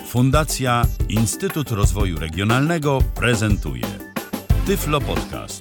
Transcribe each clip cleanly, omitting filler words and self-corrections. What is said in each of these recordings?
Fundacja Instytut Rozwoju Regionalnego prezentuje Tyflo Podcast.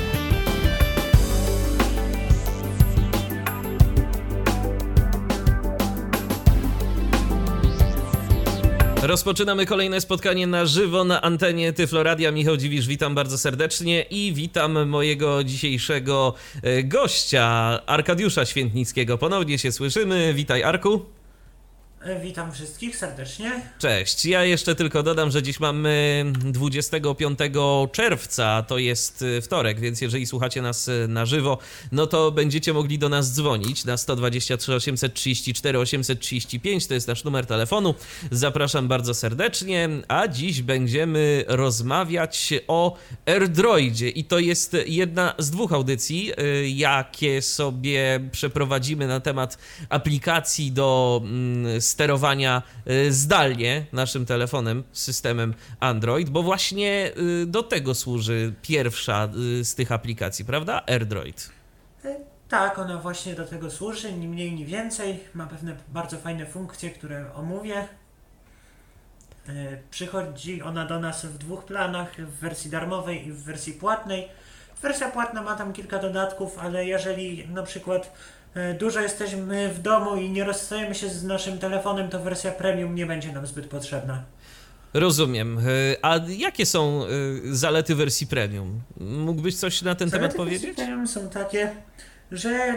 Rozpoczynamy kolejne spotkanie na żywo na antenie Tyflo Radia. Michał Dziwisz, witam bardzo serdecznie i witam mojego dzisiejszego gościa, Arkadiusza Świętnickiego. Ponownie się słyszymy. Witaj, Arku. Witam wszystkich serdecznie. Cześć. Ja jeszcze tylko dodam, że dziś mamy 25 czerwca, to jest wtorek, więc jeżeli słuchacie nas na żywo, no to będziecie mogli do nas dzwonić na 123 834 835, to jest nasz numer telefonu. Zapraszam bardzo serdecznie, a dziś będziemy rozmawiać o AirDroidzie i to jest jedna z dwóch audycji, jakie sobie przeprowadzimy na temat aplikacji do sterowania zdalnie naszym telefonem, systemem Android, bo właśnie do tego służy pierwsza z tych aplikacji, prawda? AirDroid. Tak, ona właśnie do tego służy, ni mniej, ni więcej. Ma pewne bardzo fajne funkcje, które omówię. Przychodzi ona do nas w dwóch planach, w wersji darmowej i w wersji płatnej. Wersja płatna ma tam kilka dodatków, ale jeżeli na przykład dużo jesteśmy w domu i nie rozstajemy się z naszym telefonem, to wersja premium nie będzie nam zbyt potrzebna. Rozumiem. A jakie są zalety wersji premium? Mógłbyś coś na ten temat powiedzieć? Zalety wersji premium są takie, że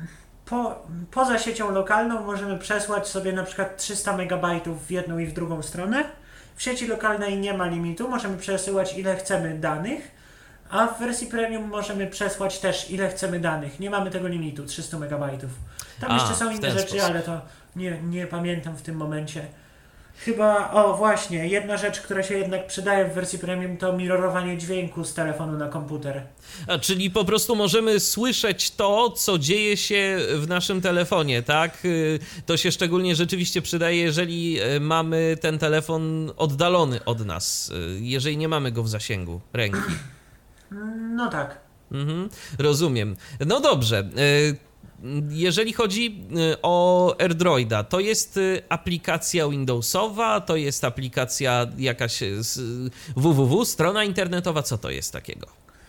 poza siecią lokalną możemy przesłać sobie na przykład 300 MB w jedną i w drugą stronę. W sieci lokalnej nie ma limitu, możemy przesyłać ile chcemy danych. A w wersji premium możemy przesłać też ile chcemy danych. Nie mamy tego limitu, 300 MB. Tam jeszcze są inne rzeczy, ale to nie pamiętam w tym momencie. Chyba, właśnie, jedna rzecz, która się jednak przydaje w wersji premium, to mirrorowanie dźwięku z telefonu na komputer. Czyli po prostu możemy słyszeć to, co dzieje się w naszym telefonie, tak? To się szczególnie rzeczywiście przydaje, jeżeli mamy ten telefon oddalony od nas, jeżeli nie mamy go w zasięgu ręki. No tak. Rozumiem. No dobrze. Jeżeli chodzi o AirDroida, to jest aplikacja Windowsowa, to jest aplikacja jakaś www, strona internetowa, co to jest takiego?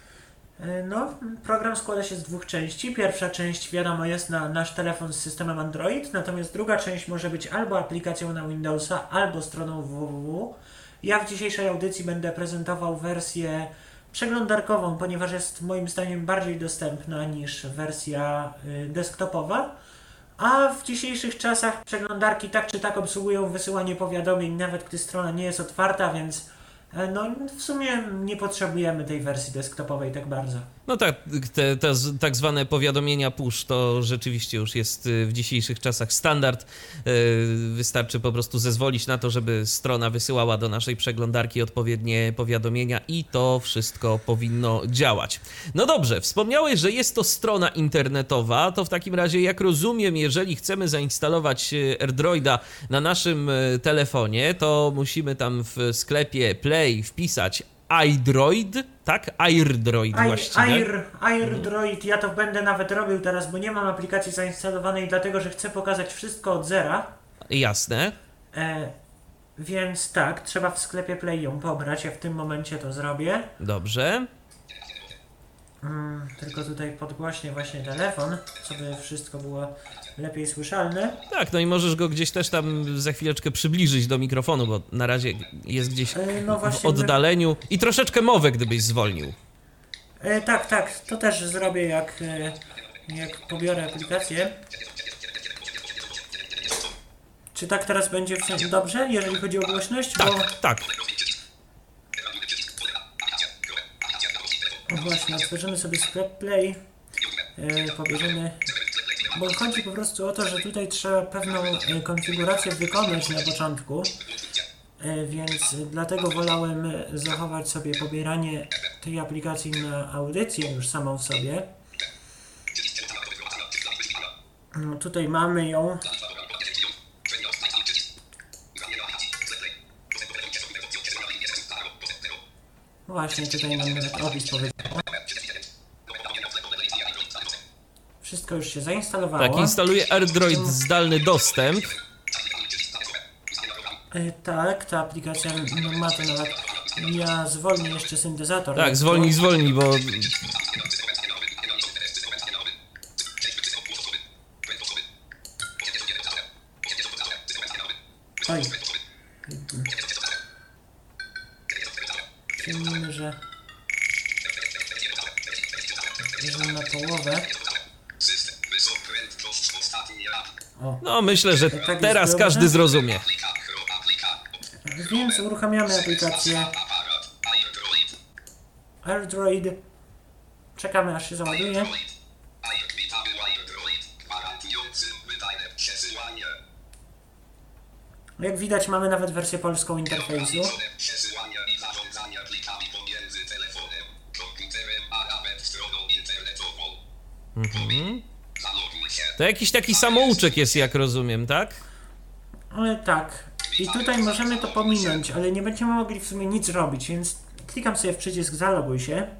No, program składa się z dwóch części. Pierwsza część, wiadomo, jest na nasz telefon z systemem Android, natomiast druga część może być albo aplikacją na Windowsa, albo stroną www. Ja w dzisiejszej audycji będę prezentował wersję przeglądarkową, ponieważ jest moim zdaniem bardziej dostępna niż wersja desktopowa, a w dzisiejszych czasach przeglądarki tak czy tak obsługują wysyłanie powiadomień, nawet gdy strona nie jest otwarta, więc w sumie nie potrzebujemy tej wersji desktopowej tak bardzo. No tak, te tak zwane powiadomienia push to rzeczywiście już jest w dzisiejszych czasach standard. Wystarczy po prostu zezwolić na to, żeby strona wysyłała do naszej przeglądarki odpowiednie powiadomienia i to wszystko powinno działać. No dobrze, wspomniałeś, że jest to strona internetowa, to w takim razie, jak rozumiem, jeżeli chcemy zainstalować AirDroida na naszym telefonie, to musimy tam w sklepie Play wpisać iDroid, tak? AirDroid właściwie. AirDroid, ja to będę nawet robił teraz, bo nie mam aplikacji zainstalowanej, dlatego że chcę pokazać wszystko od zera. Jasne. Więc tak, trzeba w sklepie Play ją pobrać, ja w tym momencie to zrobię. Dobrze. Tylko tutaj podgłośnię właśnie telefon, żeby wszystko było lepiej słyszalne. Tak, no i możesz go gdzieś też tam za chwileczkę przybliżyć do mikrofonu, bo na razie jest gdzieś w oddaleniu i troszeczkę mowę, gdybyś zwolnił. Tak, to też zrobię jak pobiorę aplikację. Czy tak teraz będzie dobrze, jeżeli chodzi o głośność? Tak. Właśnie, otworzymy sobie sklep Play, pobierzemy, bo chodzi po prostu o to, że tutaj trzeba pewną konfigurację wykonać na początku, więc dlatego wolałem zachować sobie pobieranie tej aplikacji na audycję już samą w sobie. No, tutaj mamy ją. Właśnie, tutaj nam nawet opis powiedział. Wszystko już się zainstalowało. Tak, instaluje AirDroid zdalny dostęp. Tak, ta aplikacja ma to nawet. Ja zwolnię jeszcze syntezator. Tak, zwolnij, bo... Oj. Przyjmijmy, że na połowę. O. No, myślę, że Tak jest teraz dobrze. każdy zrozumie. Więc uruchamiamy aplikację AirDroid. Czekamy, aż się załaduje. Jak widać, mamy nawet wersję polską interfejsu. Przesyłania i zarządzania plikami pomiędzy telefonem, komputerem a nawet stroną internetową. Zaloguj się. To jakiś taki samouczek jest, jak rozumiem, tak? Ale tak. I tutaj możemy to pominąć, ale nie będziemy mogli w sumie nic robić, więc klikam sobie w przycisk zaloguj się.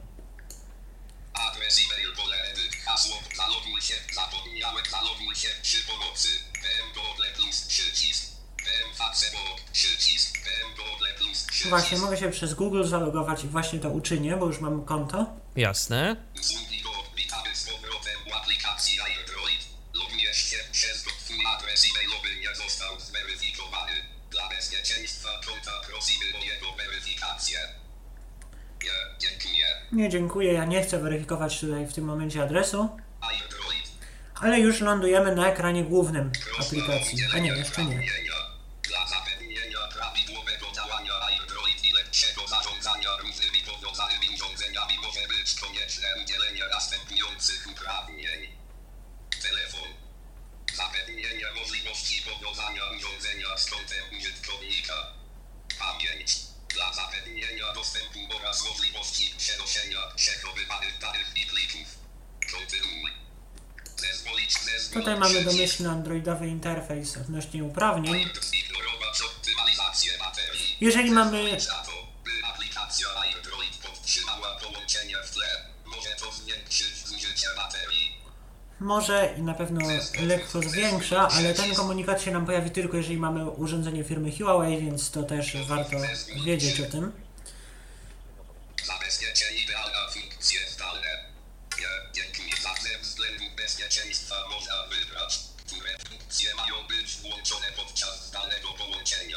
Adres e-mail, pole edyt, hasło, zaloguj się, zapomniałem, zaloguj się, przy pomocy, Google Plus, przycisk, fax obok, przycisk, Google Plus, przycisk. Właśnie, mogę się przez Google zalogować i właśnie to uczynię, bo już mam konto. Jasne. Usługi go, witamy z powrotem w aplikacji AirDroid. Logujesz się przez twój adres e-mailowy nie został zweryfikowany. Dla bezpieczeństwa konta prosimy o jego weryfikację. Nie, dziękuję. Nie, dziękuję, ja nie chcę weryfikować tutaj w tym momencie adresu. AirDroid. Ale już lądujemy na ekranie głównym aplikacji. A nie, jeszcze nie. Dla zapewnienia prawidłowego działania AirDroid i lepszego zarządzania różnymi powiązanymi urządzeniami może być konieczne udzielenie następujących uprawnień. Telefon. Zapewnienie możliwości powiązania urządzenia z kontem użytkownika. Pamięć. Dla zapewnienia dostępu oraz możliwości przenoszenia przechowywanych danych i plików. Kontynuuj. Tutaj mamy domyślny androidowy interfejs odnośnie uprawnień. Zignorować optymalizację baterii. Jeżeli mamy... Za to, by aplikacja AirDroid podtrzymała połączenie w tle, może to zwiększyć zużycie baterii. Może i na pewno lekko zwiększa, ale ten komunikat się nam pojawi tylko jeżeli mamy urządzenie firmy Huawei, więc to też warto wiedzieć o tym. Zabezpieczenie idealna funkcje zdalne. Dziękuję. Ze względu bezpieczeństwa można wybrać, które funkcje mają być włączone podczas zdalnego połączenia.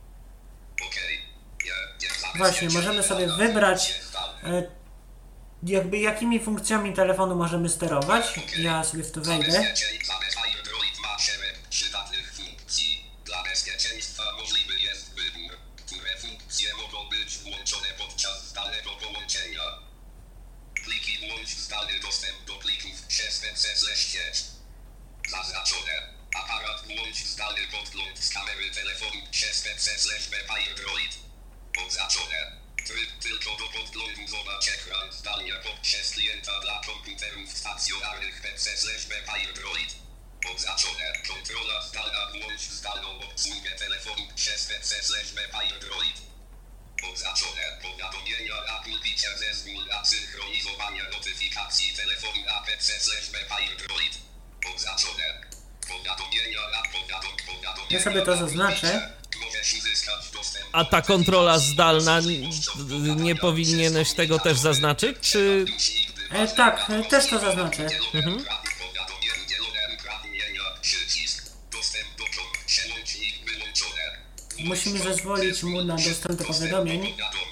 Właśnie, możemy sobie wybrać jakby jakimi funkcjami telefonu możemy sterować. Ja sobie w to wejdę. AirDroid ma szereg przydatnych funkcji. Dla bezpieczeństwa możliwy jest wybór, które funkcje mogą być włączone podczas zdalnego połączenia. Pliki włącz zdalny dostęp do plików przez PC/sieć. Zaznaczone. Aparat włącz zdalny podgląd z kamery telefonu przez PC/web AirDroid. Oznaczone. Tryb tylko do podglądu zobacz ekran zdalnie poprzez klienta dla komputerów stacjonarnych PC/web AirDroid. Oznaczone. Kontrola zdalna włącz zdalną obsługę telefonu przez PC/web AirDroid. Oznaczone. Powiadomienia Apple Picture zezwól na synchronizowanie notyfikacji telefonu na PC/web AirDroid. Oznaczone. Powiadomienia Ja sobie to zaznaczę. Możesz uzyskać dostęp. A ta kontrola zdalna, nie powinieneś tego też zaznaczyć, czy... Tak, też to zaznaczę. Musimy zezwolić mu na dostęp do powiadomień.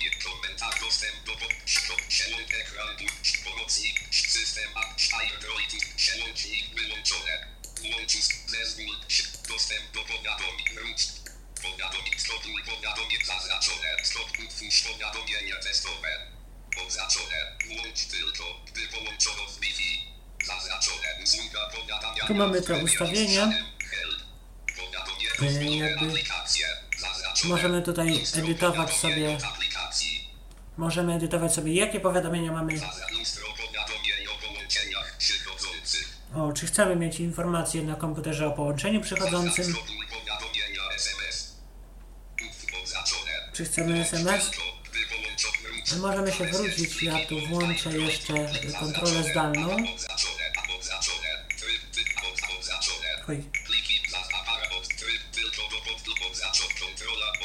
Dostęp do powiadomień. Powiadomień, stopuj powiadomień zaznaczone. Stopuj twórz powiadomienia testowe. Oznaczone. Włącz tylko, gdy połączono z Wi-Fi. Zaznaczone. Usługa powiadamiania. Tu mamy te ustawienia. Powiadomienie Jakby aplikacje. Zaznaczone. możemy tutaj edytować sobie, Aplikacji. możemy edytować sobie jakie powiadomienia mamy. Lustro powiadomień o połączeniach przychodzących. O, czy chcemy mieć informacje na komputerze o połączeniu przychodzącym. Stopuj powiadomienia SMS. Oznaczone. Czy chcemy SMS? Gdy połączono. Możemy się wrócić, ja tu włączę jeszcze kontrolę zdalną. Oznaczone. Tryb oznaczone. Oj, Pliki za aparat. Tryb tylko do podglądu. Kontrola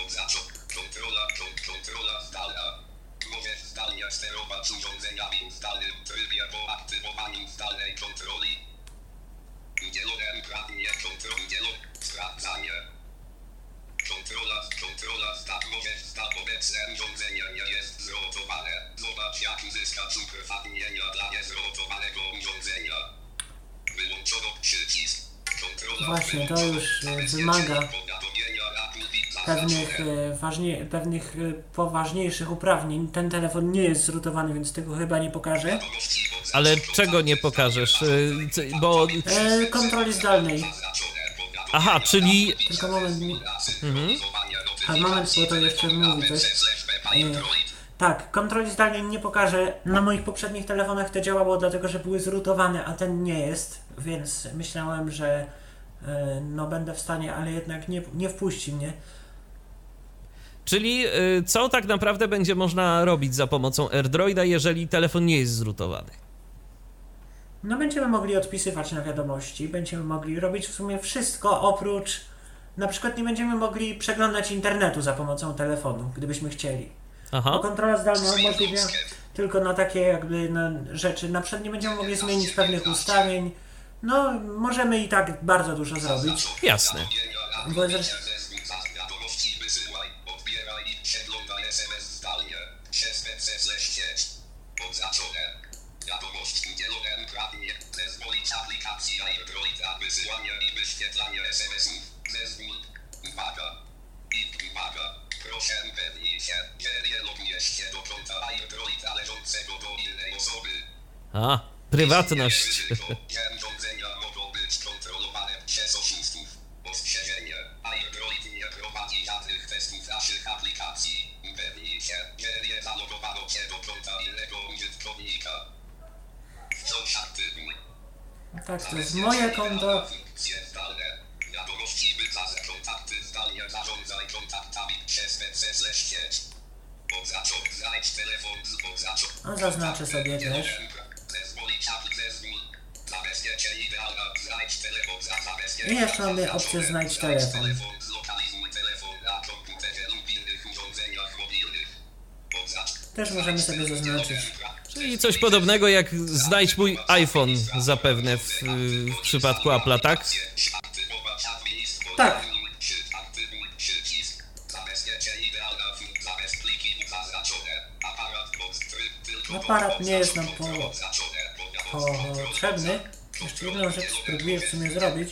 sterować urządzeniami w zdalnym trybie po aktywowaniu zdalnej kontroli. Udzielone uprawnienie kontroli, sprawdzanie. Kontrola start obecne urządzenie nie jest zrotowane. Zobacz jak uzyskać uprawnienia dla niezrotowanego urządzenia. Wyłączono przycisk. Właśnie, to już wymaga pewnych poważniejszych uprawnień. Ten telefon nie jest zrotowany, więc tego chyba nie pokażę. Ale czego nie pokażesz? Bo... Kontroli zdalnej. Aha, czyli... Tylko moment. A moment, bo to jeszcze mówi coś. Tak, kontroli zdalnej nie pokażę. Na moich poprzednich telefonach to działało dlatego, że były zrutowane, a ten nie jest. Więc myślałem, że no będę w stanie, ale jednak nie wpuści mnie. Czyli co tak naprawdę będzie można robić za pomocą AirDroida, jeżeli telefon nie jest zrutowany? No będziemy mogli odpisywać na wiadomości, będziemy mogli robić w sumie wszystko, oprócz na przykład nie będziemy mogli przeglądać internetu za pomocą telefonu, gdybyśmy chcieli. Aha. Bo kontrola zdalna umożliwia tylko na takie jakby rzeczy, na przykład nie będziemy mogli zmienić pewnych ustawień. No możemy i tak bardzo dużo zrobić. Jasne. Bo aplikacji AirDroida wysyłanie i wyświetlanie SMS-ów. Zezwól. Uwaga. Uwaga. Proszę upewnić się, że nie logujesz się do konta AirDroid należącego do innej osoby. A, prywatność. Urządzenia mogą być kontrolowane przez oszustów. Ostrzeżenie. AirDroid nie prowadzi żadnych testów naszych aplikacji. Upewnij się, że nie zalogowano cię do konta innego użytkownika. Wciąż aktywuj. tak, to jest moje konto. Wiadomości wykaz kontakty zdalnie zarządzaj kontaktami przez PC/sieć. Znajdź telefon A zaznaczę sobie też. I jeszcze mamy opcję znajdź telefon. Też możemy sobie zaznaczyć. Czyli coś podobnego jak znajdź mój iPhone zapewne w przypadku Apple'a, tak? Tak. Aparat nie jest nam potrzebny. Jeszcze jedną rzecz spróbuję w sumie zrobić.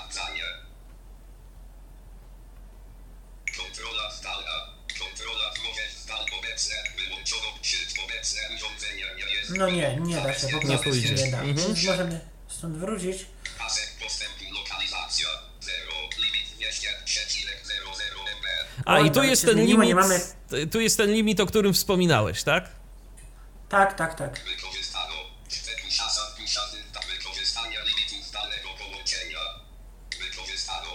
Kontrola zdalna. Kontrola obecne. Wyłączono obecne urządzenia nie jest. No nie da się, po prostu pójdzie. nie da. Więc możemy stąd wrócić. Pasek postępu lokalizacja 0 limit 200,00 MB. A i tu Oj, jest się ten zmieniło, limit, nie mamy- tu jest ten limit, o którym wspominałeś, tak? Tak. Wykorzystano wykorzystania limitu zdalnego połączenia. Wykorzystano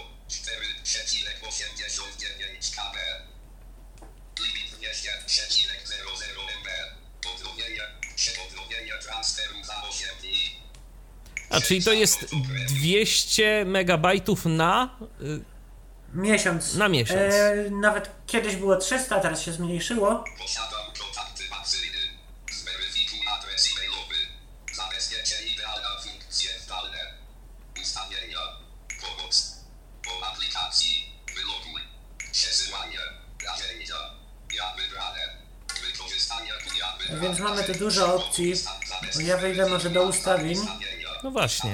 4,89 kb. Limit 200,00 MB. Podrobienie transferu za 8 dni. A czyli to jest 200 megabajtów na... Miesiąc. Na miesiąc. Nawet kiedyś było 300, teraz się zmniejszyło. Posiadam kontakt aktywacyjny. Zweryfikuj adres e-mailowy. Zabezpieczę idealna funkcje zdalne. Ustawienia. Pomoc. Po aplikacji. Wyloguj. Przesyłanie. Narzędzia. Ja wybrane. Wykorzystanie. Więc mamy tu dużo opcji. Ja wejdę może do ustawień. No właśnie.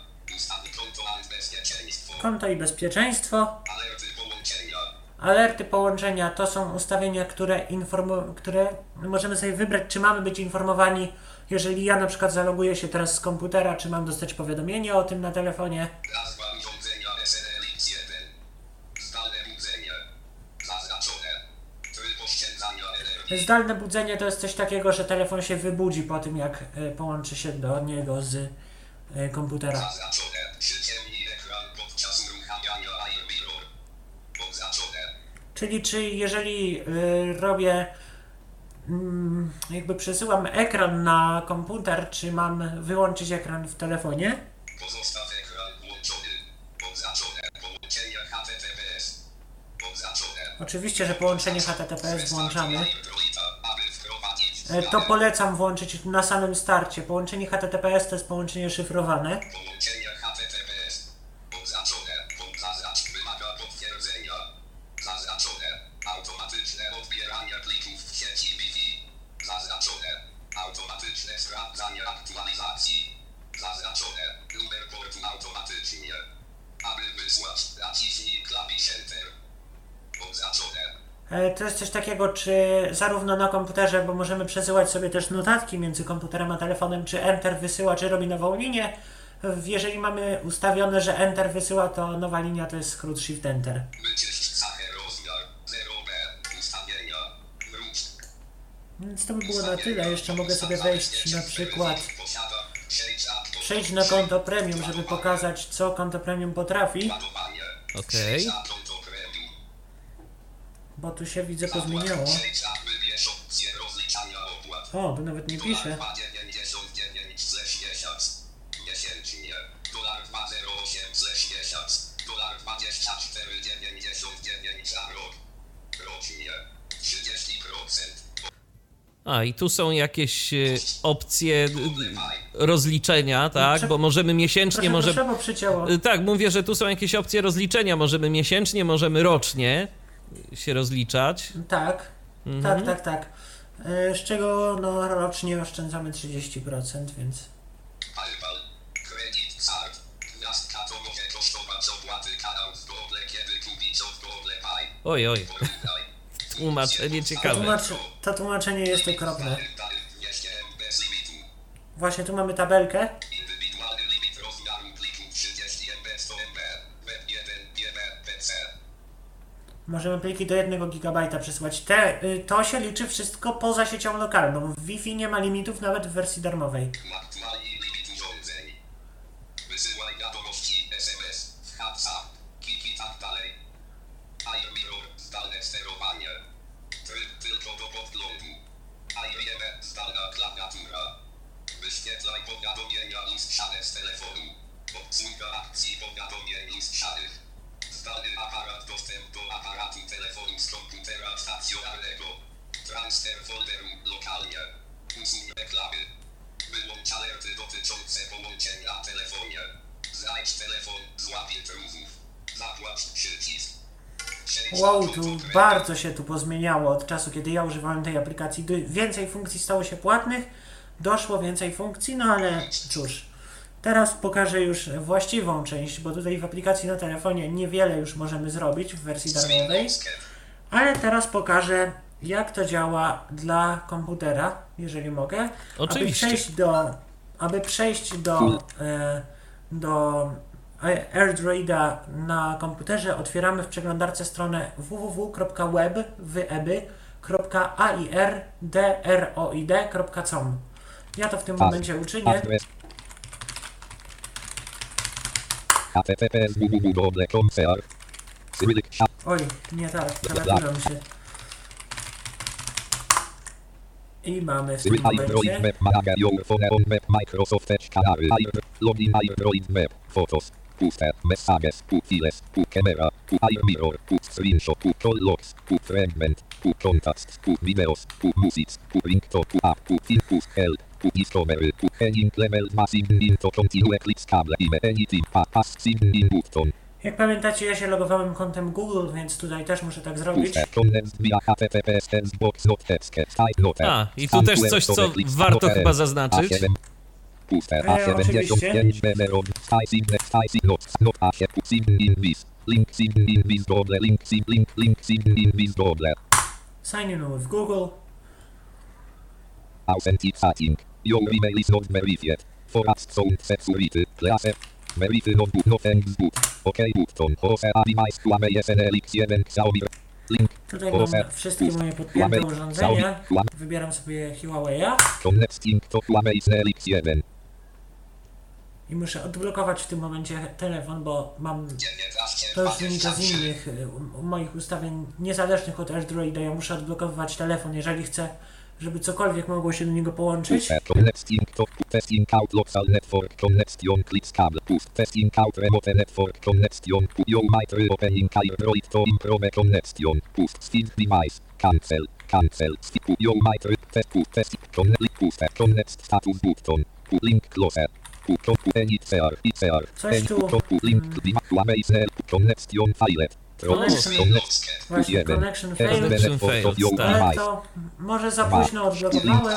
Konto i bezpieczeństwo. Alerty połączenia. Alerty połączenia to są ustawienia, które możemy sobie wybrać, czy mamy być informowani, jeżeli ja na przykład zaloguję się teraz z komputera, czy mam dostać powiadomienie o tym na telefonie. Nazwa urządzenia SNLX1. Zdalne budzenie. Zaznaczone. Tryb oszczędzania energii. Zdalne budzenie to jest coś takiego, że telefon się wybudzi po tym, jak połączy się do niego z komputera. Zaznaczone. Przyciemnij ekran podczas uruchamiania iMirror. Podzaczone. Czyli czy jeżeli robię, jakby przesyłam ekran na komputer, czy mam wyłączyć ekran w telefonie? Pozostaw ekran włączony. Podzaczone. Połączenie HTTPS. Podzaczone. Oczywiście, że połączenie HTTPS włączamy. Aby wprowadzić to polecam włączyć na samym starcie. Połączenie HTTPS to jest połączenie szyfrowane. Połączenie HTTPS. Oznaczone. Wymaga potwierdzenia. Zaznaczone. Automatyczne odbieranie plików w sieci Wi-Fi. Zaznaczone. Automatyczne sprawdzanie aktualizacji. Zaznaczone. Numer portu automatycznie. Aby wysłać, naciśnij klawisz Enter. Oznaczone. To jest coś takiego, czy zarówno na komputerze, bo możemy przesyłać sobie też notatki między komputerem a telefonem, czy Enter wysyła, czy robi nową linię. Jeżeli mamy ustawione, że Enter wysyła, to nowa linia to jest skrót Shift Enter. Wyczyść cechę rozmiar 0B. Ustawienia. Wróć. Więc to by było na tyle. Jeszcze mogę sobie wejść na przykład, Posiada 6 lat. przejść na konto premium, żeby pokazać, co konto premium potrafi. Ładowanie. Okej. 6 lat konto premium. Bo tu się widzę pozmieniało. 6 lat wybierz opcję rozliczania opłat. O, tu nawet nie pisze. $2,99 miesięcznie. $2,08 $24,99 za rok. Rocznie 30%. A, i tu są jakieś opcje rozliczenia, tak? Bo możemy miesięcznie, Proszę, bo przycięło. Tak, mówię, że tu są jakieś opcje rozliczenia. Możemy miesięcznie, możemy rocznie się rozliczać. Tak, tak. Z czego no, rocznie oszczędzamy 30%, więc... PayPal, kredyt card. Gwiazdka to może kosztować opłaty kanał w Google, kiedy kupić od Google Pay. Oj, Porównaj. tłumaczenie ciekawe. To tłumaczenie jest okropne. Jeszcze bez limitu. Właśnie tu mamy tabelkę. Indywidualny limit rozmiaru plików 30 MB, 100 MB, Web 1, GB, PC. Możemy pliki do 1 GB przesyłać. To się liczy wszystko poza siecią lokalną. W Wi-Fi nie ma limitów nawet w wersji darmowej. Aktualnie limit urządzeń. Wysyłaj wiadomości SMS, WhatsApp, Kiki, tak dalej. iMirror, zdalne sterowanie. Tryb tylko do podglądu. iMeme, zdalna klawiatura. Wyświetlaj powiadomienia lustrzane z telefonu. Obsługa akcji powiadomień lusтрzanych. Zdalny aparat, dostęp do aparatu telefonu z komputera stacjonarnego. Transfer folderu lokalnie. Usuń reklamy. Wyłącz alerty dotyczące połączeń na telefonie. Znajdź telefon, złap intruzów. Zapłać przycisk. Wow, tu bardzo się tu pozmieniało od czasu, kiedy ja używałem tej aplikacji. Więcej funkcji stało się płatnych, doszło więcej funkcji, no ale cóż. Teraz pokażę już właściwą część, bo tutaj w aplikacji na telefonie niewiele już możemy zrobić w wersji darmowej. Ale teraz pokażę, jak to działa dla komputera, jeżeli mogę. Oczywiście. Aby przejść do AirDroida na komputerze, otwieramy w przeglądarce stronę www.web.airdroid.com. Ja to w tym momencie uczynię. Oj, nie tak, klawiatura mi się. I mamy w tym momencie. Login AirDroid Map, Photos, Puster, Messages, Files, Camera, AirMirror, Screenshot, Call Logs, Fragment, Contacts, Videos, Musics, Ringtone, App, Film, Help, Discovery, Any Clement Massive Into Continue Clicks Cable Anything, Pass in Button. Jak pamiętacie, ja się logowałem kontem Google, więc tutaj też muszę tak zrobić. A, i tu też coś, co warto chyba zaznaczyć. Oczywiście. Sign in with Google. Authenticating. Your email is not verified. For sound security, class verify not boot, no thanks boot. OK button. Hofer Arimais Huawei SNLX1 Xiaomi. Link. Tutaj mam wszystkie moje podpięte urządzenia. Wybieram sobie Huawei'a. Connecting to Huawei SNLX1. I muszę odblokować w tym momencie telefon, bo mam... To już wynika z innych moich ustawień niezależnych od AirDroida. Ja muszę odblokowywać telefon, jeżeli chcę, żeby cokolwiek mogło się do niego połączyć. Connecting to testing out local network connection clicks cable pust testing out remote network connection you might opening AirDroid to improve connection pust speed device cancel cancel, skipu, yo, my trip, test, connect, status button, link closer, NICR, Coś tu... link, connection file, Właśnie, connection failed. Connection failed, tak. Ale to może za późno odblokowałem.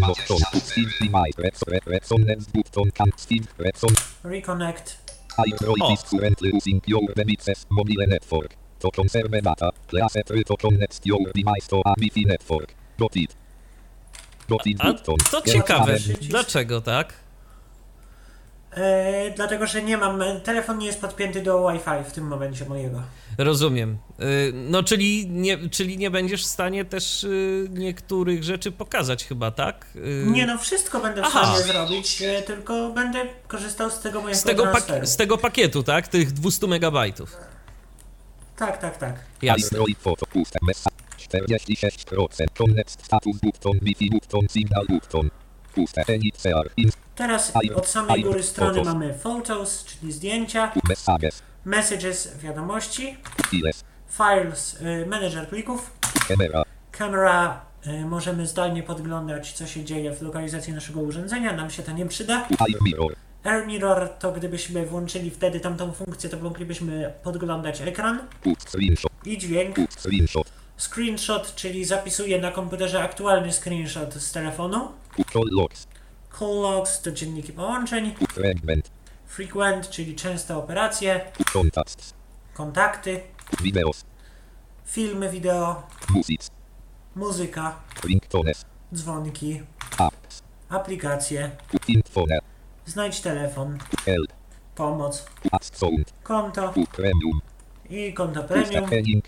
Reconnect. Android is currently using your device's mobile network. To conserve data, class 3 to connect your device to a Wi-Fi network. Got it. A to ciekawe, dlaczego tak? Dlatego, że nie mam... Telefon nie jest podpięty do Wi-Fi w tym momencie mojego. Rozumiem. No, czyli nie będziesz w stanie też niektórych rzeczy pokazać chyba, tak? Nie, no wszystko będę w stanie zrobić, tylko będę korzystał z tego mojego transferu. Z tego pakietu, tak? Tych 200 megabajtów. Tak. Jasne. Android photo puste message 46%. Connect status button, Wi-Fi button, signal button. Puste NICR. Teraz od samej góry strony mamy Photos, czyli zdjęcia. Messages, wiadomości. Files, menedżer plików. Camera, możemy zdalnie podglądać, co się dzieje w lokalizacji naszego urządzenia. Nam się to nie przyda. Air Mirror to gdybyśmy włączyli wtedy tamtą funkcję, to moglibyśmy podglądać ekran i dźwięk. Screenshot, czyli zapisuje na komputerze aktualny screenshot z telefonu. Call logs to dzienniki połączeń. Frequent, czyli częste operacje. Kontakty. Filmy wideo. Muzyka. Dzwonki. Aplikacje. Znajdź telefon. Pomoc. Konto. I konto premium.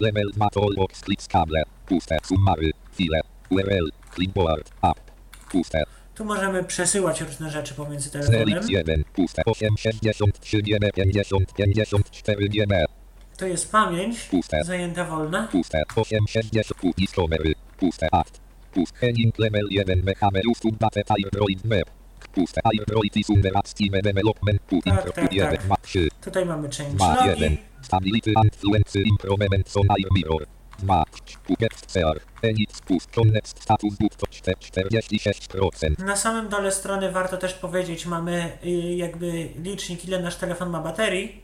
Tu możemy przesyłać różne rzeczy pomiędzy telefonem. To jest pamięć zajęta wolna. Tak. Tutaj mamy change logi. Stability and fluency improvements on Air Mirror. Na samym dole strony warto też powiedzieć, mamy jakby licznik, ile nasz telefon ma baterii.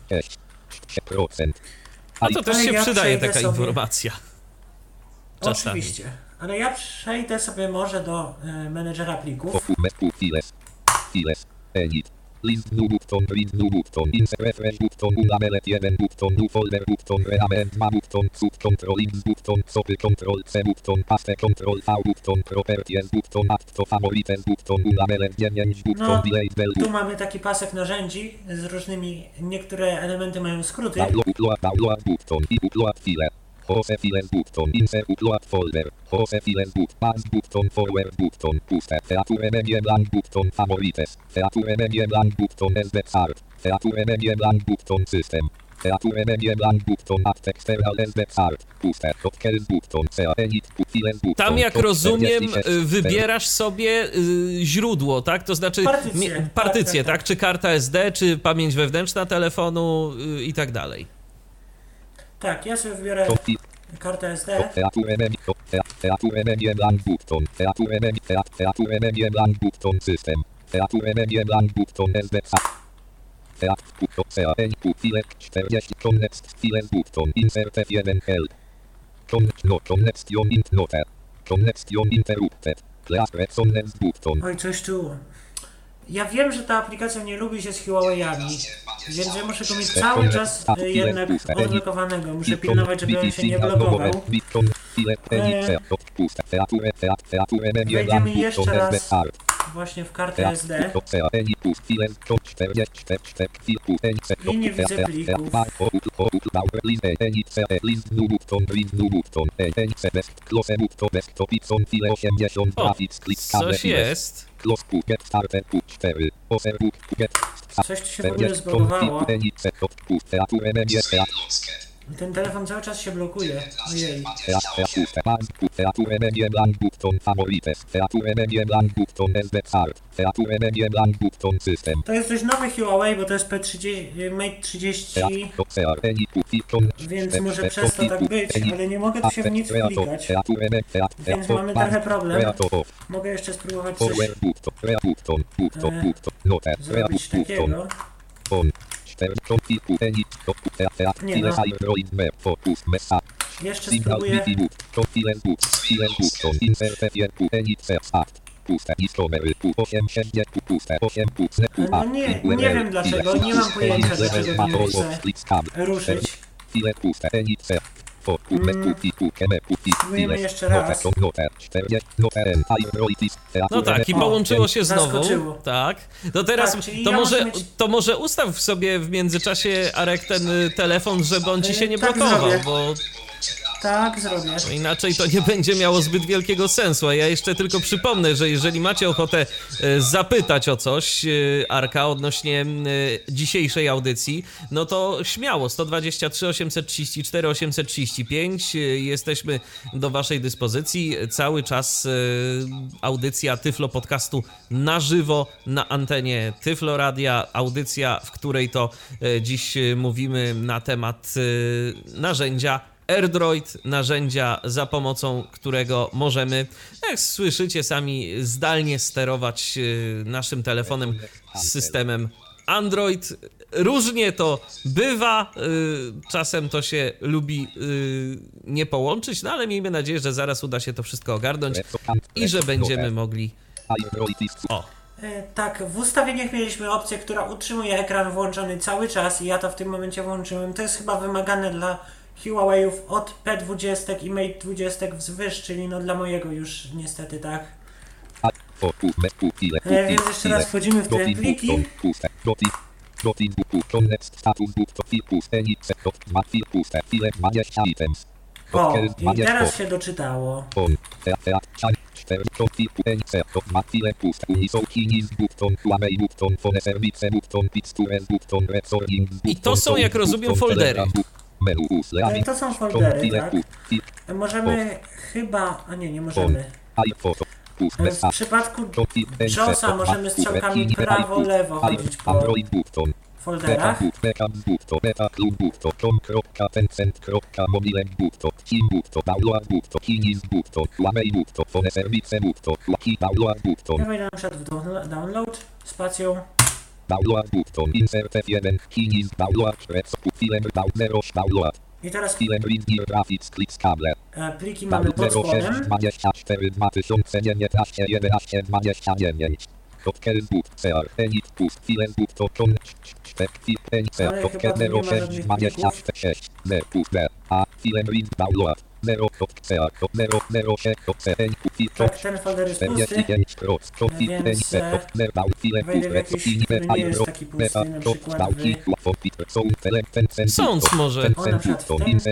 A to też się przydaje taka informacja. Czasami. Oczywiście, ale ja przejdę sobie może do menedżera plików. List new button, read new button, insert refresh button, labeled 1 button, new folder button, reamend 2 button, sub control X button, copy control C button, paste control V button, properties button, add to favorites button, labeled 9 button, delete bell. Tu mamy taki pasek narzędzi z różnymi, niektóre elementy mają skróty. Download button i upload file. Hose files button, insert upload folder, hose files button, button, forward button, puste, feature media blank button, favorites, feature media blank button, SD card, feature media blank button, system, feature media blank button, add external SD card, puste, hotkeys button, edit, files button. Tam jak rozumiem, wybierasz sobie źródło, tak? To znaczy partycję, tak? Czy karta SD, czy pamięć wewnętrzna telefonu i tak dalej. Tak, ja sobie wybiorę kartę SD. Feature media blank button, feature media blank button system, feature media blank button SD. File 40 files button, insert F1 help. Connection int note. Connection interrupted. Class resonance button. Oj, coś tu. Ja wiem, że ta aplikacja nie lubi się z Huawei'ami, więc ja muszę go mieć cały czas jednak odblokowanego. Muszę pilnować, żeby on się nie blokował. Wejdziemy jeszcze raz właśnie w kartę SD i nie widzę plików. O, coś jest. Coś tu się w ogóle zbagowało. Ten telefon cały czas się blokuje. Ojej. Feature menu blank button favorites. Feature menu blank button SD card. Feature menu blank button system. To jest coś nowy Huawei, bo to jest Mate 30, więc może przez to tak być, ale nie mogę tu się w nic wklikać. Więc mamy trochę problem. Mogę jeszcze spróbować coś zrobić takiego. Nie no. Jeszcze spróbuję. No nie wiem dlaczego, nie mam pojęcia dlaczego nie chcę ruszyć. Spróbujemy jeszcze raz. No tak, i połączyło się znowu. Zaskoczyło. Tak. To teraz, Tak, czyli to, ja może, muszę mieć- to może ustaw sobie w międzyczasie, Arek, ten telefon, żeby on ci się nie Tak blokował, zrobię. bo Tak, zrobię. inaczej to nie będzie miało zbyt wielkiego sensu. A ja jeszcze tylko przypomnę, że jeżeli macie ochotę zapytać o coś, Arka, odnośnie dzisiejszej audycji, no to śmiało, 123 834 835, jesteśmy do waszej dyspozycji. Cały czas audycja Tyflo Podcastu na żywo na antenie Tyflo Radia. Audycja, w której to dziś mówimy na temat narzędzia AirDroid, narzędzia, za pomocą którego możemy, jak słyszycie sami, zdalnie sterować naszym telefonem z systemem Android. Różnie to bywa, czasem to się lubi nie połączyć, no ale miejmy nadzieję, że zaraz uda się to wszystko ogarnąć i że będziemy mogli... O! Tak, w ustawieniach mieliśmy opcję, która utrzymuje ekran włączony cały czas i ja to w tym momencie włączyłem. To jest chyba wymagane dla Huawei'ów od P20 i Mate 20 wzwyż, czyli no dla mojego już niestety tak. Więc jeszcze raz wchodzimy w te pliki. O, i teraz się doczytało. I to są, jak rozumiem, foldery. To są foldery, tak? Możemy chyba... A nie możemy. W przypadku JAWSa możemy strzałkami prawo-lewo chodzić po folderach. Ja wejdę na przykład w download, spacją. Download button, insert F1, keys, download, download. I teraz pliki mamy pod spodem. Ale chyba nie ma żadnych plików. Tak, ten folder jest pusty, więc wejdę w jakiś, który nie jest taki pusty, na przykład Sounds może. o, na przykład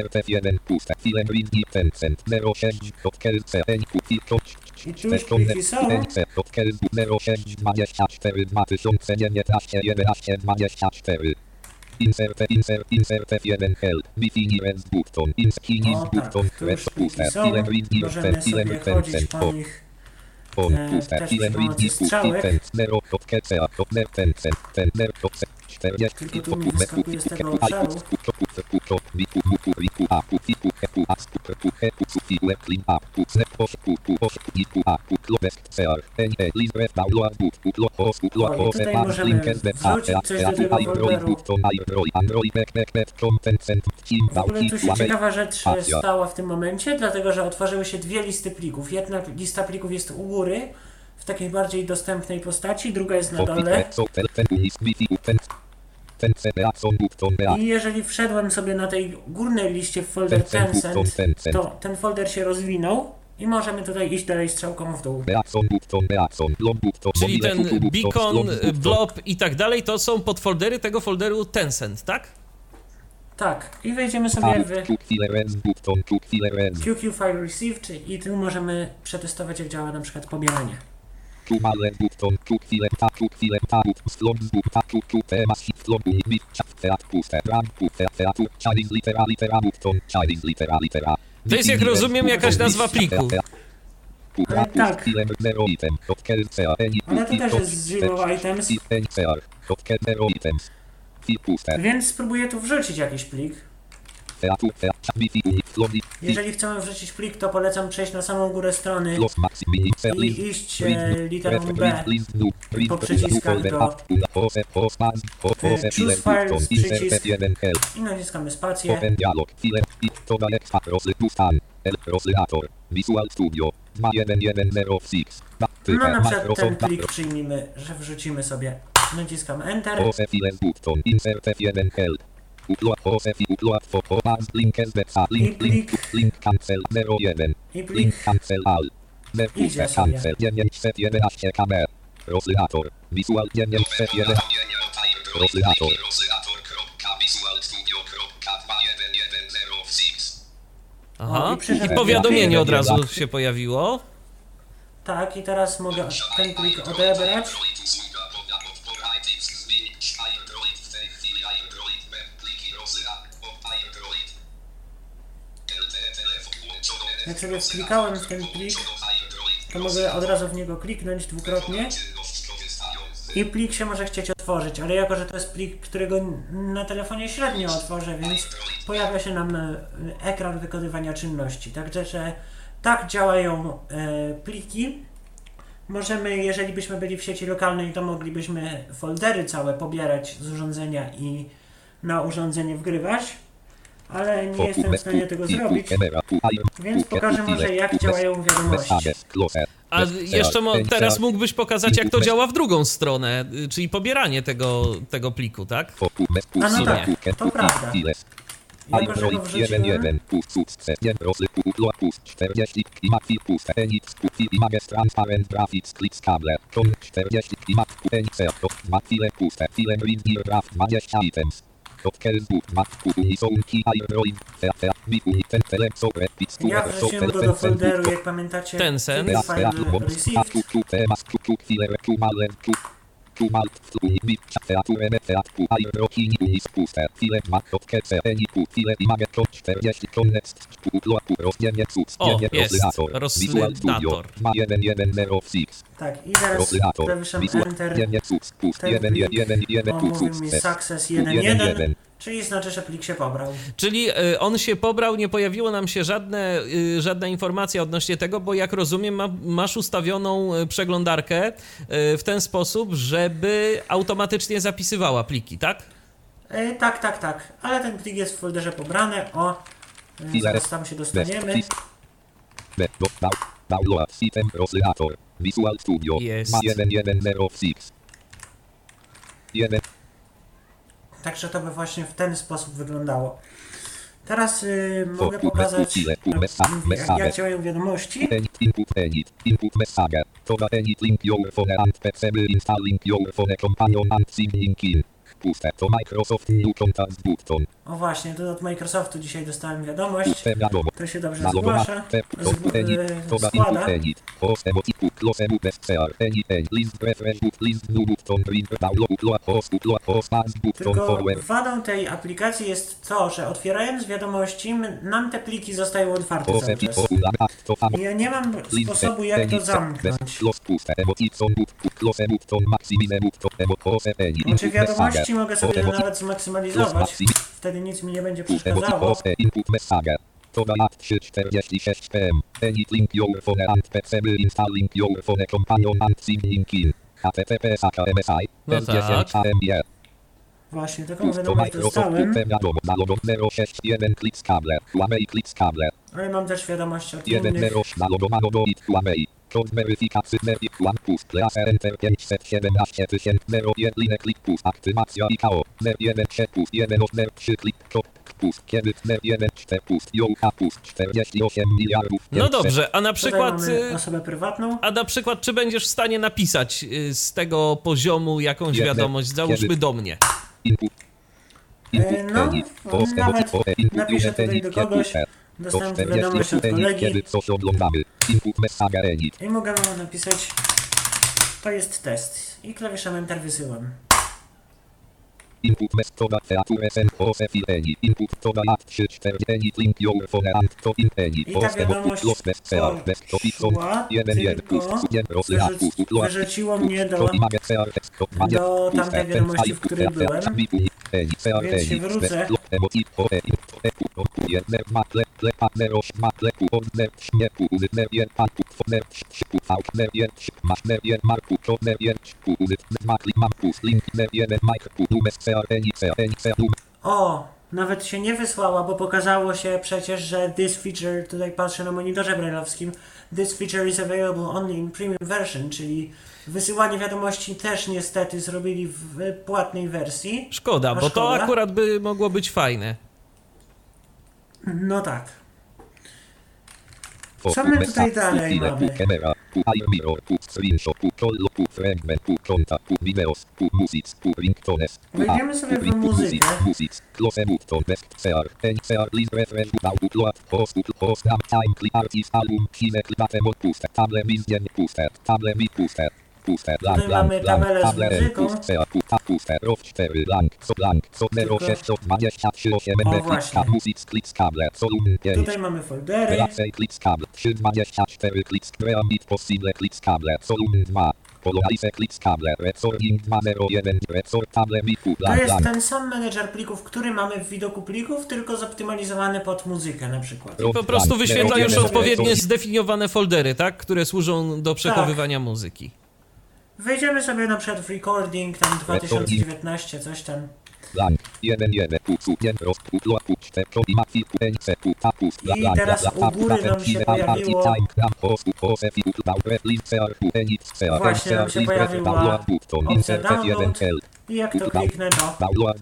i tu już pliki są. O tak, tu już pliki są. Możemy sobie chodzić po nich też przy pomocy strzałek. Tylko tu mi wyskakuje z tego obszaru. O, i tutaj możemy wrzucić coś do tego folderu. W ogóle tu się ciekawa rzecz stała w tym momencie, dlatego że otworzyły się dwie listy plików. Jedna lista plików jest u góry, w takiej bardziej dostępnej postaci, druga jest na dole. I jeżeli wszedłem sobie na tej górnej liście w folder Tencent, to ten folder się rozwinął i możemy tutaj iść dalej strzałką w dół. Czyli ten beacon, blob i tak dalej, to są podfoldery tego folderu Tencent, tak? Tak, i wejdziemy sobie w QQ File Received i tu możemy przetestować, jak działa na przykład pobieranie. Malen button, chwilę ta, slot z buta, temat, slot, bit, teat, puste, ram, teat, Chinese litera, button, Chinese litera. To jest, jak rozumiem, jakaś nazwa pliku. Ale tak. Ale to też jest zero items. Więc spróbuję tu wrzucić jakiś plik. Jeżeli chcemy wrzucić plik, to polecam przejść na samą górę strony i iść literą B po przyciskach do Choose Files, przycisk i naciskamy spację. No na przykład ten plik przyjmijmy, że wrzucimy sobie. Naciskam Enter. I plik idzie sobie. Aha, i powiadomienie od razu się pojawiło. Tak, i teraz mogę ten plik odebrać. Jak sobie wklikałem w ten plik, to mogę od razu w niego kliknąć dwukrotnie i plik się może chcieć otworzyć, ale jako, że to jest plik, którego na telefonie średnio otworzę, więc pojawia się nam ekran wykonywania czynności. Także, że tak działają pliki. Możemy, jeżeli byśmy byli w sieci lokalnej, to moglibyśmy foldery całe pobierać z urządzenia i na urządzenie wgrywać. Ale nie jestem w stanie tego zrobić, więc pokażę może, jak działają wiadomości. A jeszcze teraz mógłbyś pokazać, jak to działa w drugą stronę, czyli pobieranie tego pliku, tak? A no tak, to prawda. Jako, że go wrzuciłem, ja wrzuciłem go do folderu, jak pamiętacie, Tencent. file received. O, jest, rozsynator. Tak, i teraz klawiszem Enter ten plik, on mówi mi Success 1.1, czyli znaczy, że plik się pobrał. Czyli on się pobrał, nie pojawiło nam się żadna informacja odnośnie tego, bo jak rozumiem, masz ustawioną przeglądarkę w ten sposób, żeby automatycznie zapisywała pliki, tak? Tak, ale ten plik jest w folderze pobrany, zaraz tam się dostaniemy. Jest. Także to by właśnie w ten sposób wyglądało. Teraz mogę pokazać, jak działają wiadomości. Input message. Link your phone and PC installing your phone companion and signing in. Puste to Microsoft New Contacts button. O właśnie, to od Microsoftu dzisiaj dostałem wiadomość. To się dobrze zgłasza. Składa. Tylko wadą tej aplikacji jest to, że otwierając wiadomości, nam te pliki zostają otwarte cały czas. Ja nie mam sposobu, jak to zamknąć. Czy wiadomości mogę sobie nawet zmaksymalizować, wtedy nic mi nie będzie przeszkadzało. To lat 3:46 PM. Link your phone and PC installing your phone companion and signing in. HTTPS/KMSI. No tak. Właśnie, taką wiadomość dostałem. Ale mam też wiadomość od innych. Kod weryfikacji pust klasa enter 517 000 aktywacja IKO 1 pust 1 3 klik pust kiedy 1 pust jołka pust 48 miliardów. No dobrze, a na przykład osobę prywatną. A na przykład czy będziesz w stanie napisać z tego poziomu jakąś wiadomość, załóżmy do mnie? Nawet napiszę tutaj do kogoś. Dostałem wiadomość od kolegi i mogę mu napisać To jest test. I klawiszem Enter wysyłam. Input metoda feature sen ose fileni. Input to da lat 3-4 any link your phone and to in any. I ta wiadomość poszła, tylko wyrzuciło mnie do tamtej wiadomości, w której byłem. Więc się wrócę. O, nawet się nie wysłała, bo pokazało się przecież, że this feature, tutaj patrzę na monitorze braille'owskim, this feature is available only in premium version, czyli wysyłanie wiadomości też niestety zrobili w płatnej wersji. Szkoda, bo to akurat by mogło być fajne. No tak. Co my tutaj dalej mamy? Wejdziemy sobie w muzykę. Tutaj mamy tabelę z muzyką. O właśnie. Tutaj mamy foldery. To jest ten sam menedżer plików, który mamy w widoku plików, tylko zoptymalizowany pod muzykę na przykład. I po prostu wyświetla już odpowiednie zdefiniowane foldery, tak? Które służą do przechowywania muzyki. Wejdziemy sobie na przykład w recording, tam 2019, coś tam. I teraz u góry nam się pojawiło... Właśnie nam się pojawiła opcja download. I jak to kliknę, to...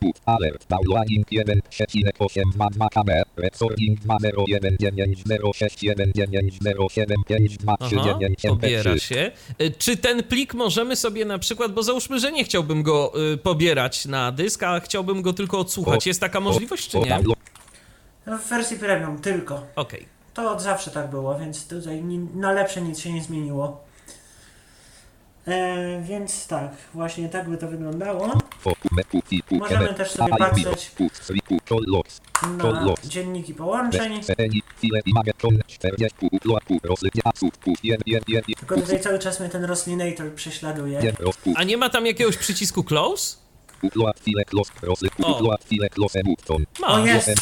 Aha, pobiera się. Czy ten plik możemy sobie na przykład, bo załóżmy, że nie chciałbym go pobierać na dysk, a chciałbym go tylko odsłuchać. Jest taka możliwość, czy nie? W wersji premium tylko. Okej. To od zawsze tak było, więc tutaj na lepsze nic się nie zmieniło. Więc tak, właśnie tak by to wyglądało. Możemy też sobie patrzeć na dzienniki połączeń. Tylko tutaj cały czas mnie ten Roslinator prześladuje. A nie ma tam jakiegoś przycisku close? O, jest!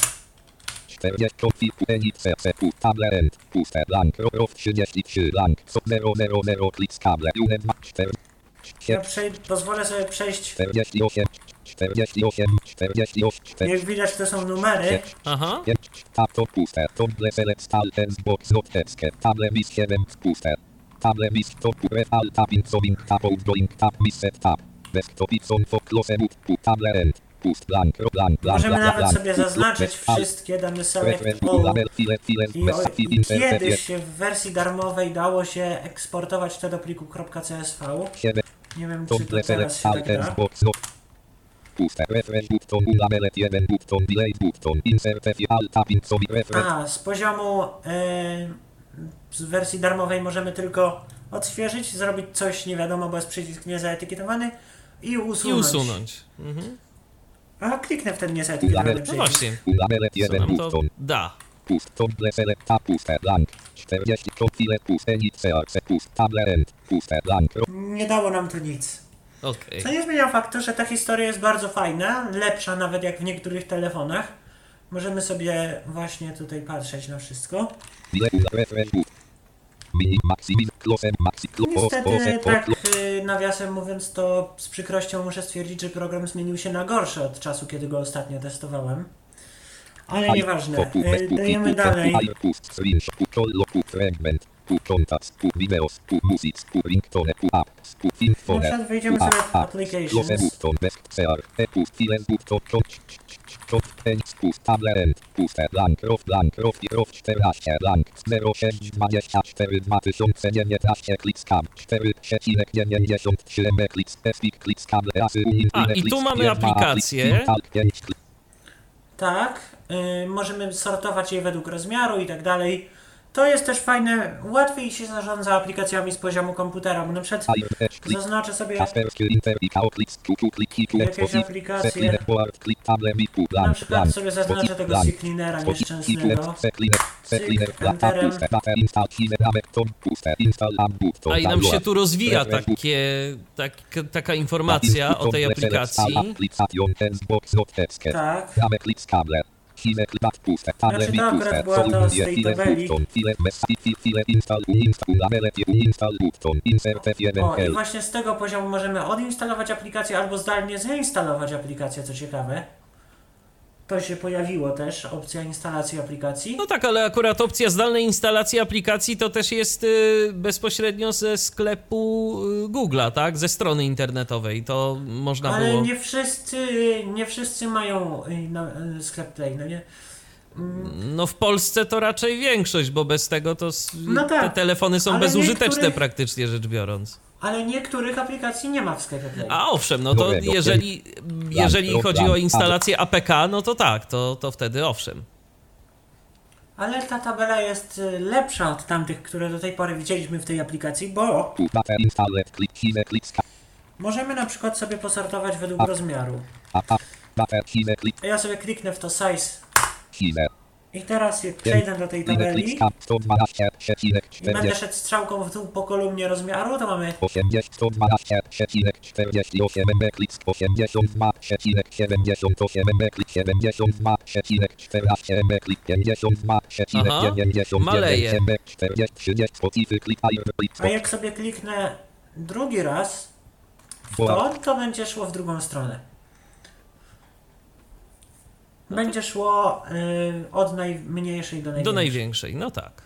Ja pozwolę sobie przejść. Jak widać, to są numery. Aha. Możemy nawet sobie zaznaczyć wszystkie, damy select all. I kiedyś w wersji darmowej dało się eksportować to do pliku .csv. Nie wiem, czy to teraz się tak da. A, z poziomu z wersji darmowej możemy tylko odświeżyć, zrobić coś nie wiadomo, bo jest przycisk niezaetykietowany i usunąć. Mhm. A kliknę w ten niezaetykietowany przycisk. No właśnie, co nam to da? Nie dało nam to nic. Okay. Co nie zmienia faktu, że ta historia jest bardzo fajna, lepsza nawet jak w niektórych telefonach. Możemy sobie właśnie tutaj patrzeć na wszystko. Niestety, tak nawiasem mówiąc, to z przykrością muszę stwierdzić, że program zmienił się na gorszy od czasu, kiedy go ostatnio testowałem. Ale nieważne. Dajemy dalej. Na przykład wejdziemy sobie w Applications. A, i tu mamy aplikację. Tak, możemy sortować je według rozmiaru i tak dalej. To jest też fajne, łatwiej się zarządza aplikacjami z poziomu komputera, bo na przykład zaznaczę sobie jakieś aplikacje, na przykład sobie zaznaczę tego CCleanera nieszczęsnego, Enterem. A i nam się tu rozwija taka informacja o tej aplikacji. Tak. Znaczy to akurat była to z tej tabeli. O, i właśnie z tego poziomu możemy odinstalować aplikację albo zdalnie zainstalować aplikację, co ciekawe. To się pojawiło też, opcja instalacji aplikacji. No tak, ale akurat opcja zdalnej instalacji aplikacji to też jest bezpośrednio ze sklepu Google'a, tak? Ze strony internetowej. To można ale było... nie wszyscy mają sklep Play, no nie? No w Polsce to raczej większość, bo bez tego to No tak, te telefony są ale bezużyteczne praktycznie rzecz biorąc. Ale niektórych aplikacji nie ma w sklepie Play. A owszem, no to jeżeli chodzi o instalację APK, no to tak, to wtedy owszem. Ale ta tabela jest lepsza od tamtych, które do tej pory widzieliśmy w tej aplikacji, bo możemy na przykład sobie posortować według rozmiaru. Ja sobie kliknę w to size i teraz jak przejdę do tej tabeli i będę szedł strzałką w dół po kolumnie rozmiaru, to mamy 80,48 MB kliks 82,78 MB klik 72,14 MB klik 52,99 MB 40 Spotify klik a jak sobie kliknę drugi raz w to będzie szło w drugą stronę. Będzie szło od najmniejszej do największej. Do największej, no tak.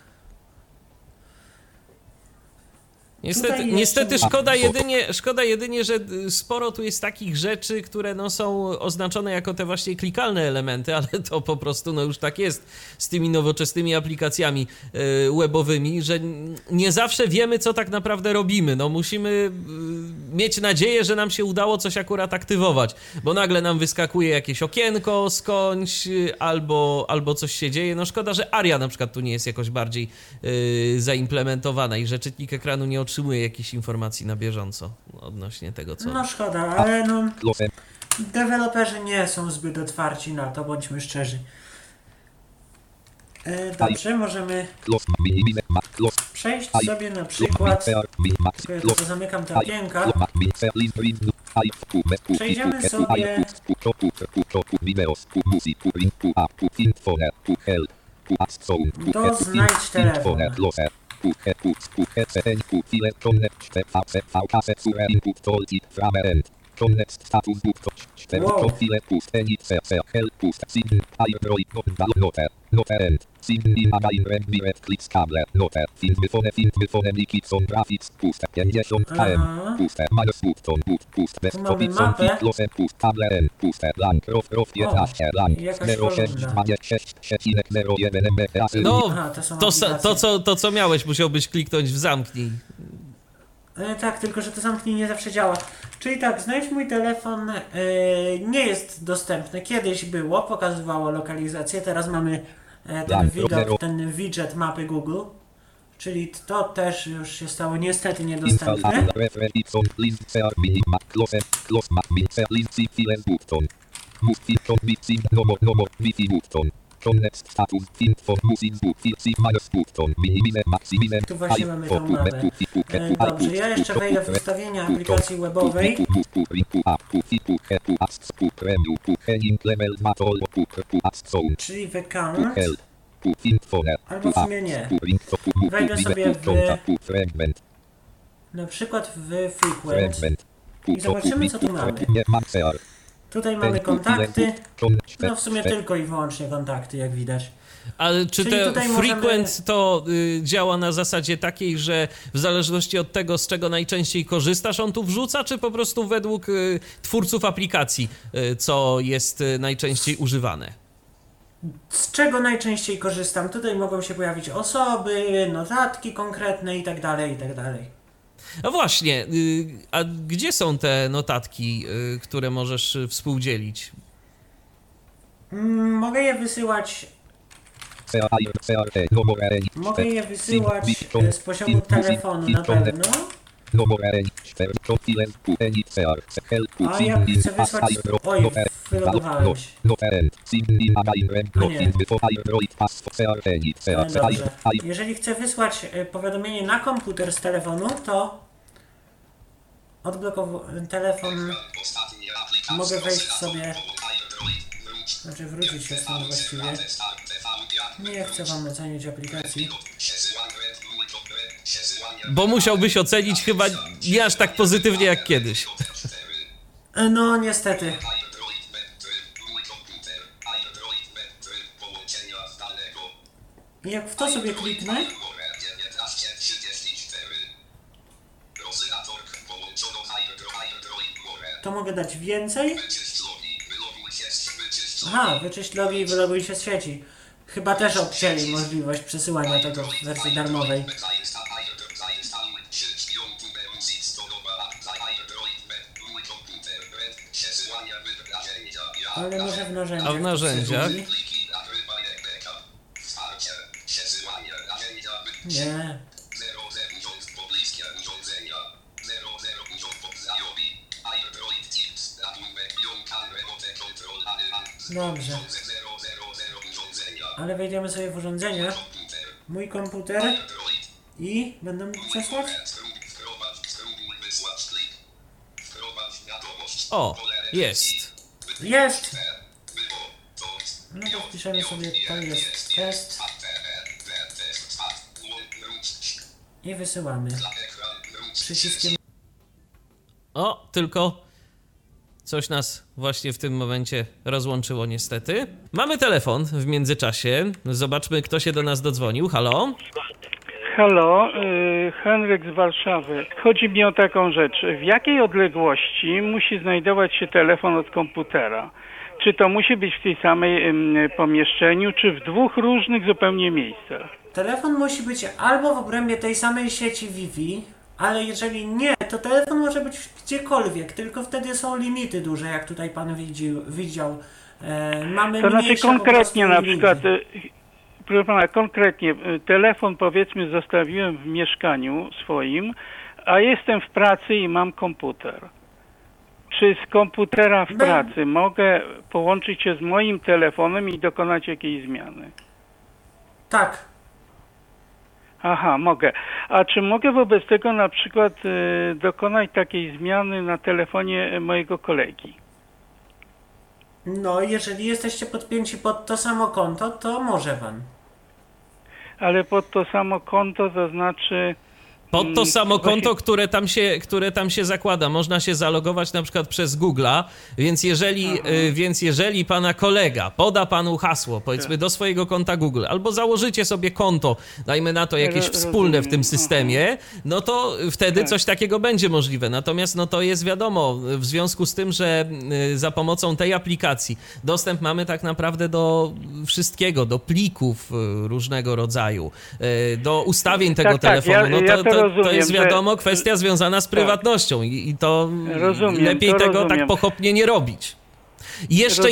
Niestety szkoda jedynie, że sporo tu jest takich rzeczy, które no są oznaczone jako te właśnie klikalne elementy, ale to po prostu no już tak jest z tymi nowoczesnymi aplikacjami webowymi, że nie zawsze wiemy, co tak naprawdę robimy. No musimy mieć nadzieję, że nam się udało coś akurat aktywować, bo nagle nam wyskakuje jakieś okienko skądś albo coś się dzieje. No szkoda, że Aria na przykład tu nie jest jakoś bardziej zaimplementowana i że czytnik ekranu nie otrzymuje jakichś informacji na bieżąco odnośnie tego, co... No szkoda, ale no deweloperzy nie są zbyt otwarci na to, bądźmy szczerzy. Dobrze, możemy przejść sobie na przykład, ja tylko zamykam te okienka, przejdziemy sobie do znajdź telefon. Connect status book 4 profile pust help pust sign airdrop note end sign in again red biret clicks cable note find before Nikitson graphics pust 50 km pust minus button pust bez kopicon close pust cable end pust blank row 15 blank 0626,01 MB. No, to co miałeś, musiałbyś kliknąć w zamknij. Tak, tylko że to zamknij nie zawsze działa. Czyli tak, znajdź mój telefon nie jest dostępny. Kiedyś było, pokazywało lokalizację, teraz mamy ten widok, ten widget mapy Google. Czyli to też już się stało niestety niedostępne. Connect status info music book minus button minimum maximum. Tu właśnie mamy tą mapę. Dobrze, ja jeszcze wejdę w ustawienia aplikacji webowej. Czyli w account. Albo w sumie nie. Wejdę sobie na przykład w frequent. I zobaczymy, co tu mamy. Tutaj mamy kontakty, no w sumie tylko i wyłącznie kontakty, jak widać. Ale czy te frequent to działa na zasadzie takiej, że w zależności od tego, z czego najczęściej korzystasz, on tu wrzuca, czy po prostu według twórców aplikacji, co jest najczęściej używane? Z czego najczęściej korzystam? Tutaj mogą się pojawić osoby, notatki konkretne i tak dalej, i tak dalej. No właśnie, a gdzie są te notatki, które możesz współdzielić? Mogę je wysyłać Mogę je wysyłać z poziomu telefonu na pewno. A jak chcę wysłać... Oj, wylogowałem się. No dobrze. Jeżeli chcę wysłać powiadomienie na komputer z telefonu, to odblokowuję telefon. Mogę wejść sobie... Znaczy wrócić się stąd właściwie. Nie chcę wam ocenić aplikacji. Bo musiałbyś ocenić chyba nie aż tak pozytywnie jak kiedyś. No niestety. Jak w to sobie kliknę, to mogę dać więcej. Aha, wyczyść logi i wyloguj się z sieci. Chyba też odcięli możliwość przesyłania tego w wersji darmowej. Ale może w narzędziach. A w narzędziach? Nie. Dobrze. Ale wejdziemy sobie w urządzenia. Mój komputer. I będę mógł przesłać? O, jest. Jest! No to wpiszemy sobie, to jest test. I wysyłamy. Przyciskiem. O, tylko coś nas właśnie w tym momencie rozłączyło niestety. Mamy telefon w międzyczasie. Zobaczmy, kto się do nas dodzwonił. Halo? Halo, Henryk z Warszawy. Chodzi mi o taką rzecz. W jakiej odległości musi znajdować się telefon od komputera? Czy to musi być w tej samej pomieszczeniu, czy w dwóch różnych zupełnie miejscach? Telefon musi być albo w obrębie tej samej sieci Wi-Fi, ale jeżeli nie, to telefon może być gdziekolwiek, tylko wtedy są limity duże, jak tutaj pan widział. Mamy to znaczy konkretnie na limity. przykład, proszę pana, konkretnie telefon powiedzmy zostawiłem w mieszkaniu swoim, a jestem w pracy i mam komputer. Czy z komputera w pracy mogę połączyć się z moim telefonem i dokonać jakiejś zmiany? Tak. Aha, mogę. A czy mogę wobec tego na przykład dokonać takiej zmiany na telefonie mojego kolegi? No, jeżeli jesteście podpięci pod to samo konto, to może pan. Ale pod to samo konto to znaczy... Pod to samo konto, które tam się zakłada. Można się zalogować na przykład przez Google'a, więc jeżeli pana kolega poda panu hasło, powiedzmy, do swojego konta Google, albo założycie sobie konto, dajmy na to jakieś wspólne w tym systemie, no to wtedy coś takiego będzie możliwe. Natomiast no to jest wiadomo, w związku z tym, że za pomocą tej aplikacji dostęp mamy tak naprawdę do wszystkiego, do plików różnego rodzaju, do ustawień tego telefonu, to jest wiadomo kwestia związana z prywatnością i to lepiej tego tak pochopnie nie robić. I jeszcze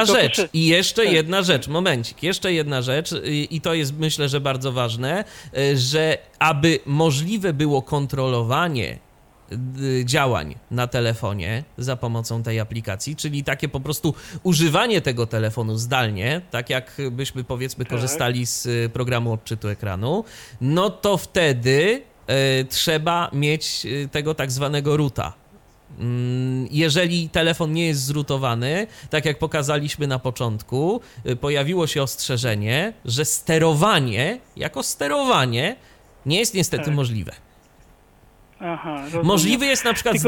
jedna rzecz, momencik, jeszcze jedna rzecz i to jest myślę, że bardzo ważne, że aby możliwe było kontrolowanie działań na telefonie za pomocą tej aplikacji, czyli takie po prostu używanie tego telefonu zdalnie, tak jak byśmy powiedzmy korzystali z programu odczytu ekranu, no to wtedy trzeba mieć tego tak zwanego roota. Jeżeli telefon nie jest zrootowany, tak jak pokazaliśmy na początku, pojawiło się ostrzeżenie, że sterowanie jako sterowanie nie jest niestety możliwe. Aha, możliwy jest na przykład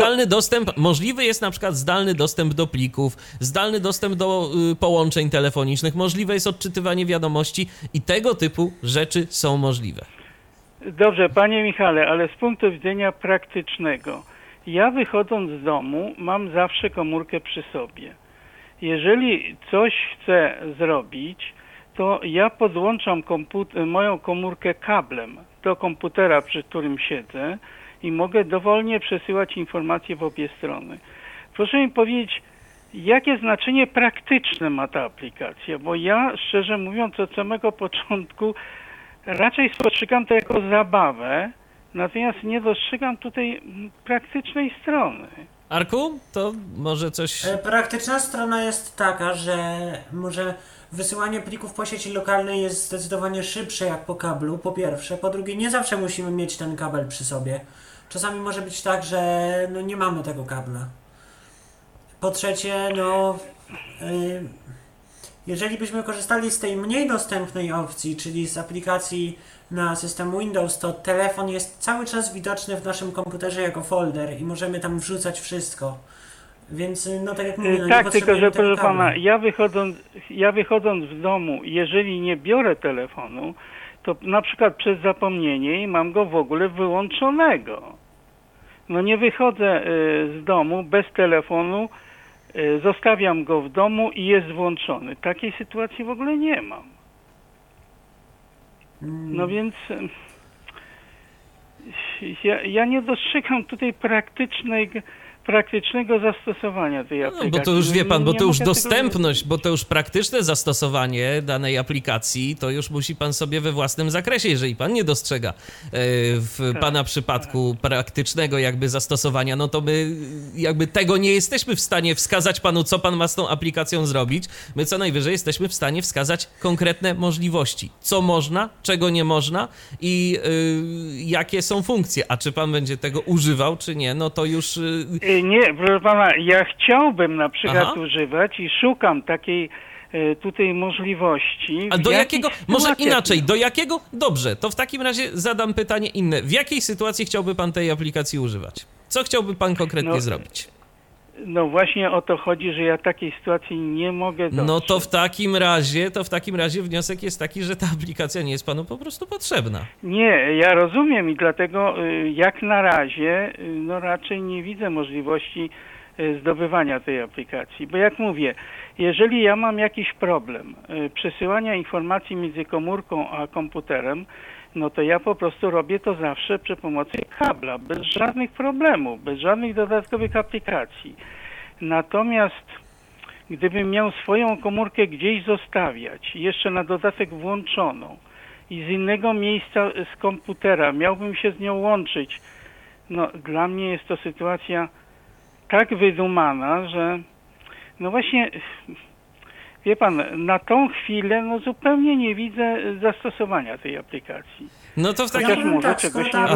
zdalny dostęp do plików, zdalny dostęp do połączeń telefonicznych, możliwe jest odczytywanie wiadomości i tego typu rzeczy są możliwe. Dobrze, panie Michale, ale z punktu widzenia praktycznego, ja wychodząc z domu mam zawsze komórkę przy sobie. Jeżeli coś chcę zrobić, to ja podłączam moją komórkę kablem do komputera, przy którym siedzę i mogę dowolnie przesyłać informacje w obie strony. Proszę mi powiedzieć, jakie znaczenie praktyczne ma ta aplikacja, bo ja szczerze mówiąc od samego początku raczej spostrzegam to jako zabawę, natomiast nie dostrzegam tutaj praktycznej strony. Arku, to może coś... Praktyczna strona jest taka, że może wysyłanie plików po sieci lokalnej jest zdecydowanie szybsze jak po kablu, po pierwsze. Po drugie, nie zawsze musimy mieć ten kabel przy sobie. Czasami może być tak, że no nie mamy tego kabla. Po trzecie, jeżeli byśmy korzystali z tej mniej dostępnej opcji, czyli z aplikacji na system Windows, to telefon jest cały czas widoczny w naszym komputerze jako folder i możemy tam wrzucać wszystko. Więc, tak jak mówię, tak, tylko że proszę pana, ja wychodząc w domu, jeżeli nie biorę telefonu, to na przykład przez zapomnienie i mam go w ogóle wyłączonego. No nie wychodzę z domu bez telefonu, zostawiam go w domu i jest włączony. Takiej sytuacji w ogóle nie mam. No więc ja nie dostrzegam tutaj praktycznego zastosowania tej aplikacji. No, bo to już wie pan, bo to już dostępność, bo to już praktyczne zastosowanie danej aplikacji, to już musi pan sobie we własnym zakresie, jeżeli pan nie dostrzega w pana przypadku praktycznego jakby zastosowania, no to my jakby tego nie jesteśmy w stanie wskazać panu, co pan ma z tą aplikacją zrobić. My co najwyżej jesteśmy w stanie wskazać konkretne możliwości, co można, czego nie można i jakie są funkcje, a czy pan będzie tego używał, czy nie, no to już... Nie, proszę pana, ja chciałbym na przykład używać i szukam takiej tutaj możliwości. A do jakiego, może inaczej, do jakiego? Dobrze, to w takim razie zadam pytanie inne. W jakiej sytuacji chciałby pan tej aplikacji używać? Co chciałby pan konkretnie zrobić? No właśnie o to chodzi, że ja takiej sytuacji nie mogę dostrzec. No to w takim razie wniosek jest taki, że ta aplikacja nie jest panu po prostu potrzebna. Nie, ja rozumiem i dlatego jak na razie no raczej nie widzę możliwości zdobywania tej aplikacji. Bo jak mówię, jeżeli ja mam jakiś problem przesyłania informacji między komórką a komputerem, no to ja po prostu robię to zawsze przy pomocy kabla, bez żadnych problemów, bez żadnych dodatkowych aplikacji. Natomiast gdybym miał swoją komórkę gdzieś zostawiać, jeszcze na dodatek włączoną i z innego miejsca z komputera miałbym się z nią łączyć, no dla mnie jest to sytuacja tak wydumana, że no właśnie... Wie pan, na tą chwilę no zupełnie nie widzę zastosowania tej aplikacji. No to w takim razie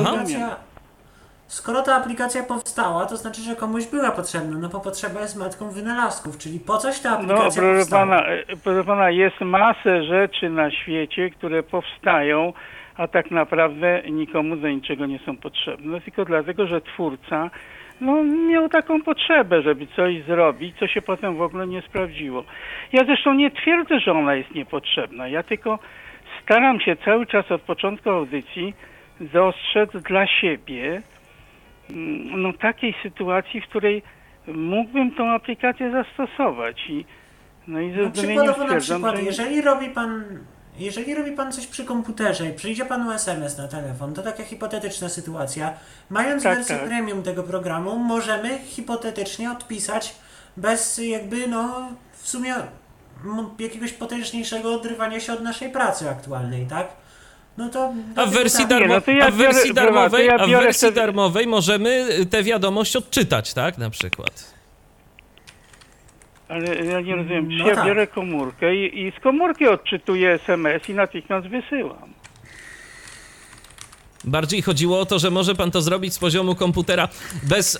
skoro ta aplikacja powstała, to znaczy, że komuś była potrzebna, no bo potrzeba jest matką wynalazków, czyli po coś ta aplikacja powstała? Proszę pana, jest masę rzeczy na świecie, które powstają, a tak naprawdę nikomu do niczego nie są potrzebne, tylko dlatego, że twórca miał taką potrzebę, żeby coś zrobić, co się potem w ogóle nie sprawdziło. Ja zresztą nie twierdzę, że ona jest niepotrzebna. Ja tylko staram się cały czas od początku audycji zaostrzec dla siebie takiej sytuacji, w której mógłbym tą aplikację zastosować. I ze zdumieniem stwierdzam, że... Jeżeli robi pan coś przy komputerze i przyjdzie panu SMS na telefon, to taka hipotetyczna sytuacja. Mając wersję premium tego programu, możemy hipotetycznie odpisać bez w sumie jakiegoś potężniejszego odrywania się od naszej pracy aktualnej, tak? No to... A w wersji darmowej możemy tę wiadomość odczytać, tak? Na przykład. Ale ja nie rozumiem, czy ja biorę komórkę i z komórki odczytuję SMS i natychmiast wysyłam. Bardziej chodziło o to, że może pan to zrobić z poziomu komputera bez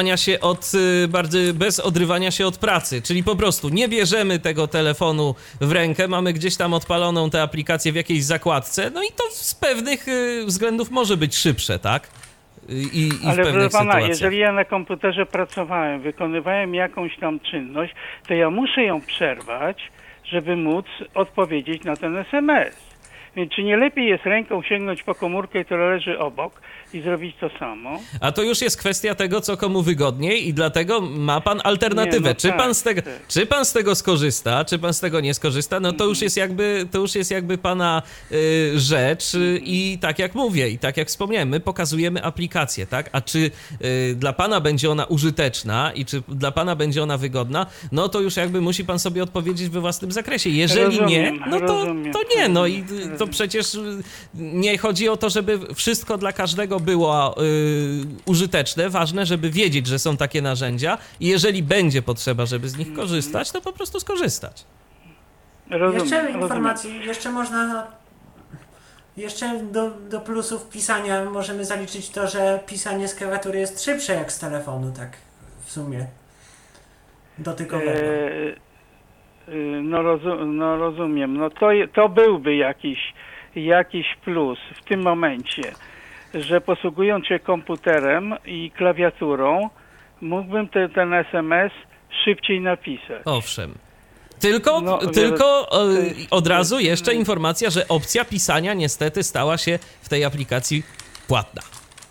odrywania się od pracy, czyli po prostu nie bierzemy tego telefonu w rękę, mamy gdzieś tam odpaloną tę aplikację w jakiejś zakładce, no i to z pewnych względów może być szybsze, tak? Ale proszę pana, jeżeli ja na komputerze pracowałem, wykonywałem jakąś tam czynność, to ja muszę ją przerwać, żeby móc odpowiedzieć na ten SMS. Więc czy nie lepiej jest ręką sięgnąć po komórkę, która leży obok i zrobić to samo? A to już jest kwestia tego, co komu wygodniej i dlatego ma pan alternatywę. Nie, no czy, tak, pan z tego, tak. czy pan z tego skorzysta, czy pan z tego nie skorzysta, no to już jest jakby pana rzecz i tak jak mówię i tak jak wspomniałem, my pokazujemy aplikację, tak? A czy dla pana będzie ona użyteczna i czy dla pana będzie ona wygodna, no to już jakby musi pan sobie odpowiedzieć we własnym zakresie. Jeżeli nie, no to nie, no i to przecież nie chodzi o to, żeby wszystko dla każdego było użyteczne. Ważne, żeby wiedzieć, że są takie narzędzia i jeżeli będzie potrzeba, żeby z nich korzystać, to po prostu skorzystać. Jeszcze informacji, jeszcze można... Jeszcze do plusów pisania możemy zaliczyć to, że pisanie z klawiatury jest szybsze jak z telefonu, tak w sumie dotykowego. No rozumiem. No to byłby jakiś plus w tym momencie, że posługując się komputerem i klawiaturą mógłbym ten SMS szybciej napisać. Owszem. Tylko od razu jeszcze informacja, że opcja pisania niestety stała się w tej aplikacji płatna.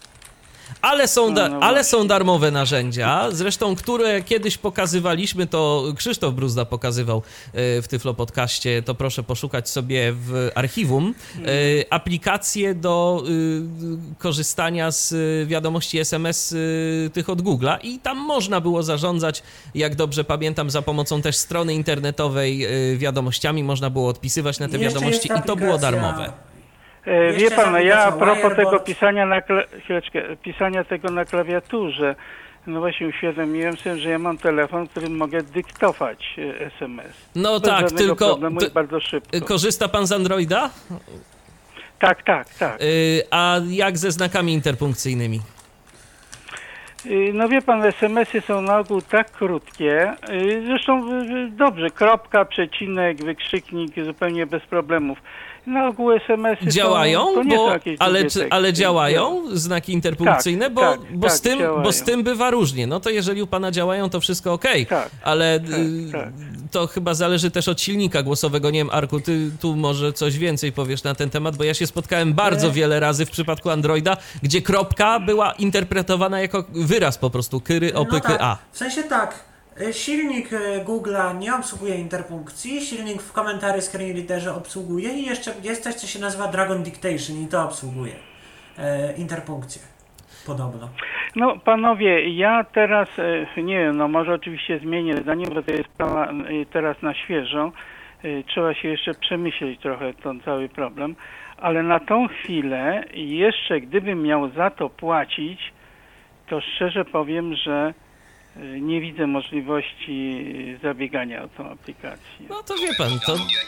Ale są darmowe narzędzia, zresztą które kiedyś pokazywaliśmy, to Krzysztof Bruzda pokazywał w Tyflo Podcaście, to proszę poszukać sobie w archiwum, aplikacje do korzystania z wiadomości SMS tych od Google'a i tam można było zarządzać, jak dobrze pamiętam, za pomocą też strony internetowej wiadomościami, można było odpisywać na te wiadomości i to było darmowe. Wie pan, ja a propos tego pisania tego na klawiaturze, no właśnie uświadomiłem sobie, że ja mam telefon, którym mogę dyktować SMS. No bez tak, tylko problemu, bardzo szybko. Korzysta pan z Androida? Tak. A jak ze znakami interpunkcyjnymi? No wie pan, SMS-y są na ogół tak krótkie, zresztą dobrze, kropka, przecinek, wykrzyknik, zupełnie bez problemów. Na ogół SMS-y działają, to nie są jakieś ale działają znaki interpunkcyjne, bo z tym bywa różnie. No to jeżeli u pana działają, to wszystko okej. Ale to chyba zależy też od silnika głosowego. Nie wiem, Arku, ty tu może coś więcej powiesz na ten temat, bo ja się spotkałem bardzo wiele razy w przypadku Androida, gdzie kropka była interpretowana jako wyraz po prostu, kyry, opyky, a. W sensie tak. Silnik Google'a nie obsługuje interpunkcji, silnik w Commentary Screen Readerze obsługuje i jeszcze jest coś, co się nazywa Dragon Dictation i to obsługuje interpunkcję, podobno. No panowie, ja teraz, nie wiem, no może oczywiście zmienię zdanie, bo to jest sprawa teraz na świeżo, trzeba się jeszcze przemyśleć trochę ten cały problem, ale na tą chwilę jeszcze gdybym miał za to płacić, to szczerze powiem, że nie widzę możliwości zabiegania o tą aplikację. No to wie pan,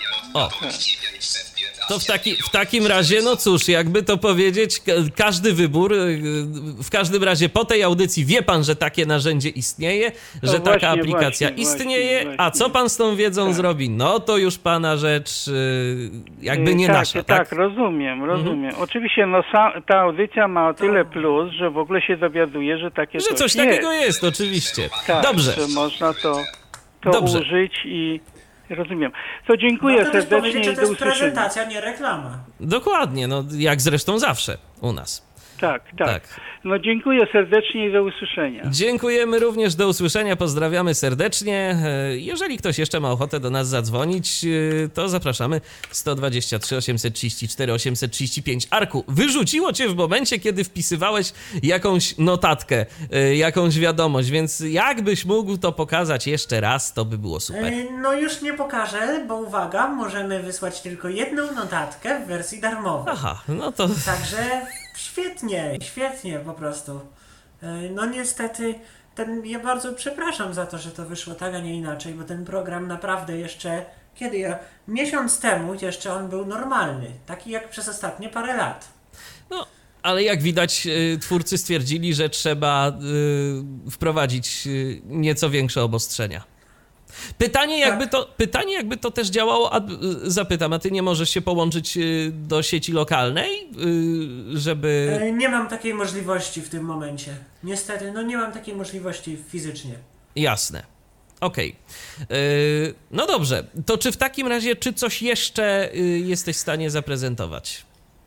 to w takim razie, no cóż, jakby to powiedzieć, każdy wybór, w każdym razie po tej audycji wie pan, że takie narzędzie istnieje, że taka aplikacja istnieje, a co pan z tą wiedzą zrobi? No to już pana rzecz jakby nie nasza, tak? Tak, rozumiem. Oczywiście no, ta audycja ma o tyle plus, że w ogóle się dowiaduje, że takie że coś takiego jest, oczywiście. Tak, dobrze. Że można to użyć i rozumiem. To dziękuję serdecznie i do usłyszenia. To jest prezentacja, nie reklama. Dokładnie, no jak zresztą zawsze u nas. Tak. No dziękuję serdecznie i do usłyszenia. Dziękujemy również, do usłyszenia, pozdrawiamy serdecznie. Jeżeli ktoś jeszcze ma ochotę do nas zadzwonić, to zapraszamy 123 834 835. Arku, wyrzuciło cię w momencie, kiedy wpisywałeś jakąś notatkę, jakąś wiadomość, więc jakbyś mógł to pokazać jeszcze raz, to by było super. No już nie pokażę, bo uwaga, możemy wysłać tylko jedną notatkę w wersji darmowej. Aha, no to... Także świetnie po prostu. No niestety, ja bardzo przepraszam za to, że to wyszło tak, a nie inaczej, bo ten program naprawdę jeszcze, miesiąc temu jeszcze on był normalny, taki jak przez ostatnie parę lat. No, ale jak widać, twórcy stwierdzili, że trzeba wprowadzić nieco większe obostrzenia. Pytanie, jakby to też działało, zapytam, a ty nie możesz się połączyć do sieci lokalnej, żeby... Nie mam takiej możliwości w tym momencie. Niestety, nie mam takiej możliwości fizycznie. Jasne. Okej. No dobrze, to czy w takim razie, czy coś jeszcze jesteś w stanie zaprezentować?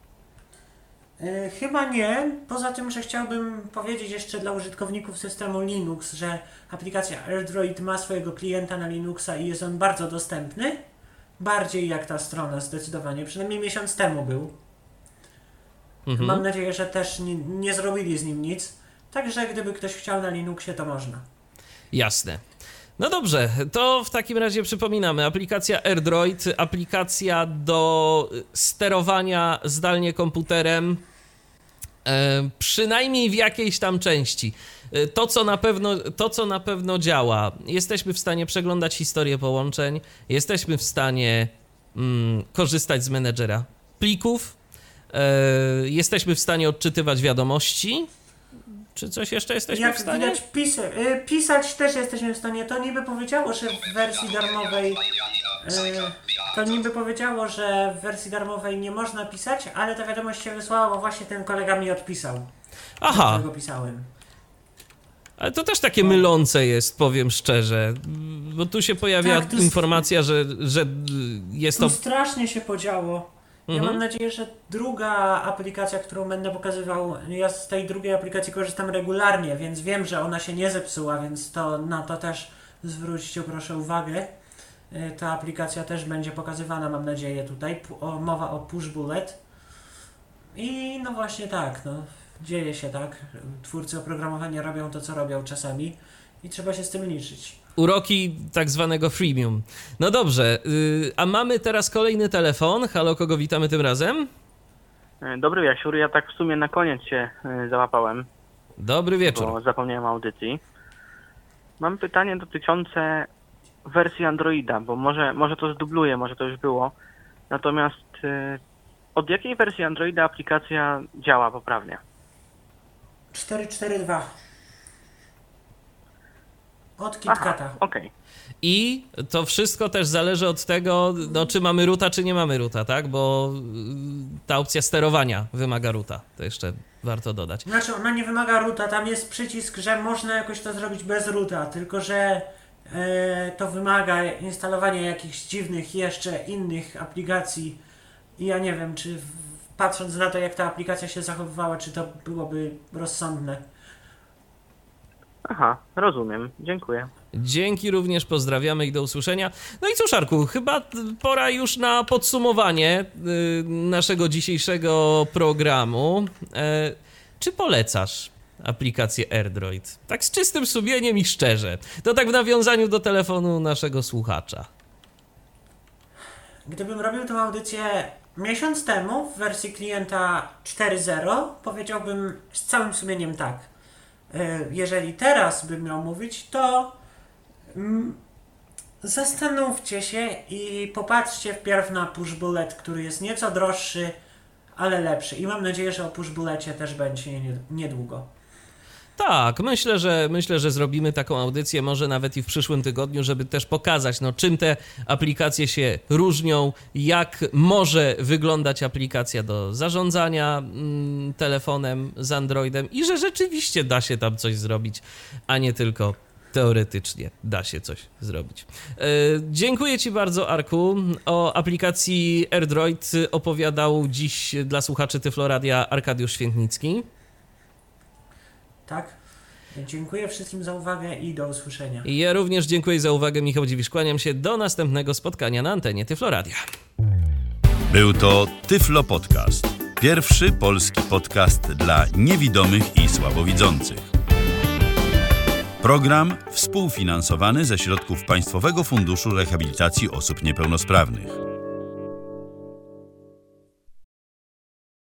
Chyba nie. Poza tym, że chciałbym powiedzieć jeszcze dla użytkowników systemu Linux, że aplikacja AirDroid ma swojego klienta na Linuxa i jest on bardzo dostępny. Bardziej jak ta strona zdecydowanie. Przynajmniej miesiąc temu był. Mam nadzieję, że też nie zrobili z nim nic. Także gdyby ktoś chciał na Linuxie, to można. Jasne. No dobrze, to w takim razie przypominamy, aplikacja AirDroid, aplikacja do sterowania zdalnie komputerem, przynajmniej w jakiejś tam części. To, co na pewno działa, jesteśmy w stanie przeglądać historię połączeń, jesteśmy w stanie korzystać z menedżera plików, jesteśmy w stanie odczytywać wiadomości. Czy coś jeszcze jesteśmy w stanie? Jak widać, pisać też jesteśmy w stanie. To niby powiedziało, że w wersji darmowej nie można pisać, ale ta wiadomość się wysłała, bo właśnie ten kolega mi odpisał. Aha. Którego pisałem. Ale to też takie mylące jest, powiem szczerze, bo tu się pojawia informacja, że jest to... Tu strasznie się podziało. Ja mam nadzieję, że druga aplikacja, którą będę pokazywał, ja z tej drugiej aplikacji korzystam regularnie, więc wiem, że ona się nie zepsuła, więc na to też zwróćcie proszę uwagę. Ta aplikacja też będzie pokazywana, mam nadzieję, tutaj. Mowa o Push Bullet. I no właśnie tak, dzieje się tak. Twórcy oprogramowania robią to, co robią czasami i trzeba się z tym liczyć. Uroki tak zwanego freemium. No dobrze, a mamy teraz kolejny telefon. Halo, kogo witamy tym razem? Dobry wieczór, ja tak w sumie na koniec się załapałem. Dobry wieczór. Bo zapomniałem audycji. Mam pytanie dotyczące wersji Androida, bo może to zdubluję, może to już było. Natomiast od jakiej wersji Androida aplikacja działa poprawnie? 4.4.2. Od KitKata. Okej. I to wszystko też zależy od tego, czy mamy roota, czy nie mamy roota, tak? Bo ta opcja sterowania wymaga roota. To jeszcze warto dodać. Znaczy, ona nie wymaga roota, tam jest przycisk, że można jakoś to zrobić bez roota, tylko że to wymaga instalowania jakichś dziwnych jeszcze innych aplikacji i ja nie wiem, czy patrząc na to, jak ta aplikacja się zachowywała, czy to byłoby rozsądne. Aha, rozumiem. Dziękuję. Dzięki również, pozdrawiamy i do usłyszenia. No i cóż, Arku, chyba pora już na podsumowanie naszego dzisiejszego programu. Czy polecasz aplikację AirDroid? Tak z czystym sumieniem i szczerze. To tak w nawiązaniu do telefonu naszego słuchacza. Gdybym robił tę audycję miesiąc temu w wersji klienta 4.0, powiedziałbym z całym sumieniem tak. Jeżeli teraz bym miał mówić, to zastanówcie się i popatrzcie wpierw na Push Bullet, który jest nieco droższy, ale lepszy. I mam nadzieję, że o Push Bullecie też będzie niedługo. Tak, myślę, że zrobimy taką audycję, może nawet i w przyszłym tygodniu, żeby też pokazać, czym te aplikacje się różnią, jak może wyglądać aplikacja do zarządzania telefonem z Androidem i że rzeczywiście da się tam coś zrobić, a nie tylko teoretycznie da się coś zrobić. Dziękuję Ci bardzo, Arku. O aplikacji AirDroid opowiadał dziś dla słuchaczy Tyfloradia Arkadiusz Świętnicki. Tak. Dziękuję wszystkim za uwagę i do usłyszenia. Ja również dziękuję za uwagę. Michał Dziwisz, kłaniam się. Do następnego spotkania na antenie Tyfloradia. Był to Tyflo Podcast. Pierwszy polski podcast dla niewidomych i słabowidzących. Program współfinansowany ze środków Państwowego Funduszu Rehabilitacji Osób Niepełnosprawnych.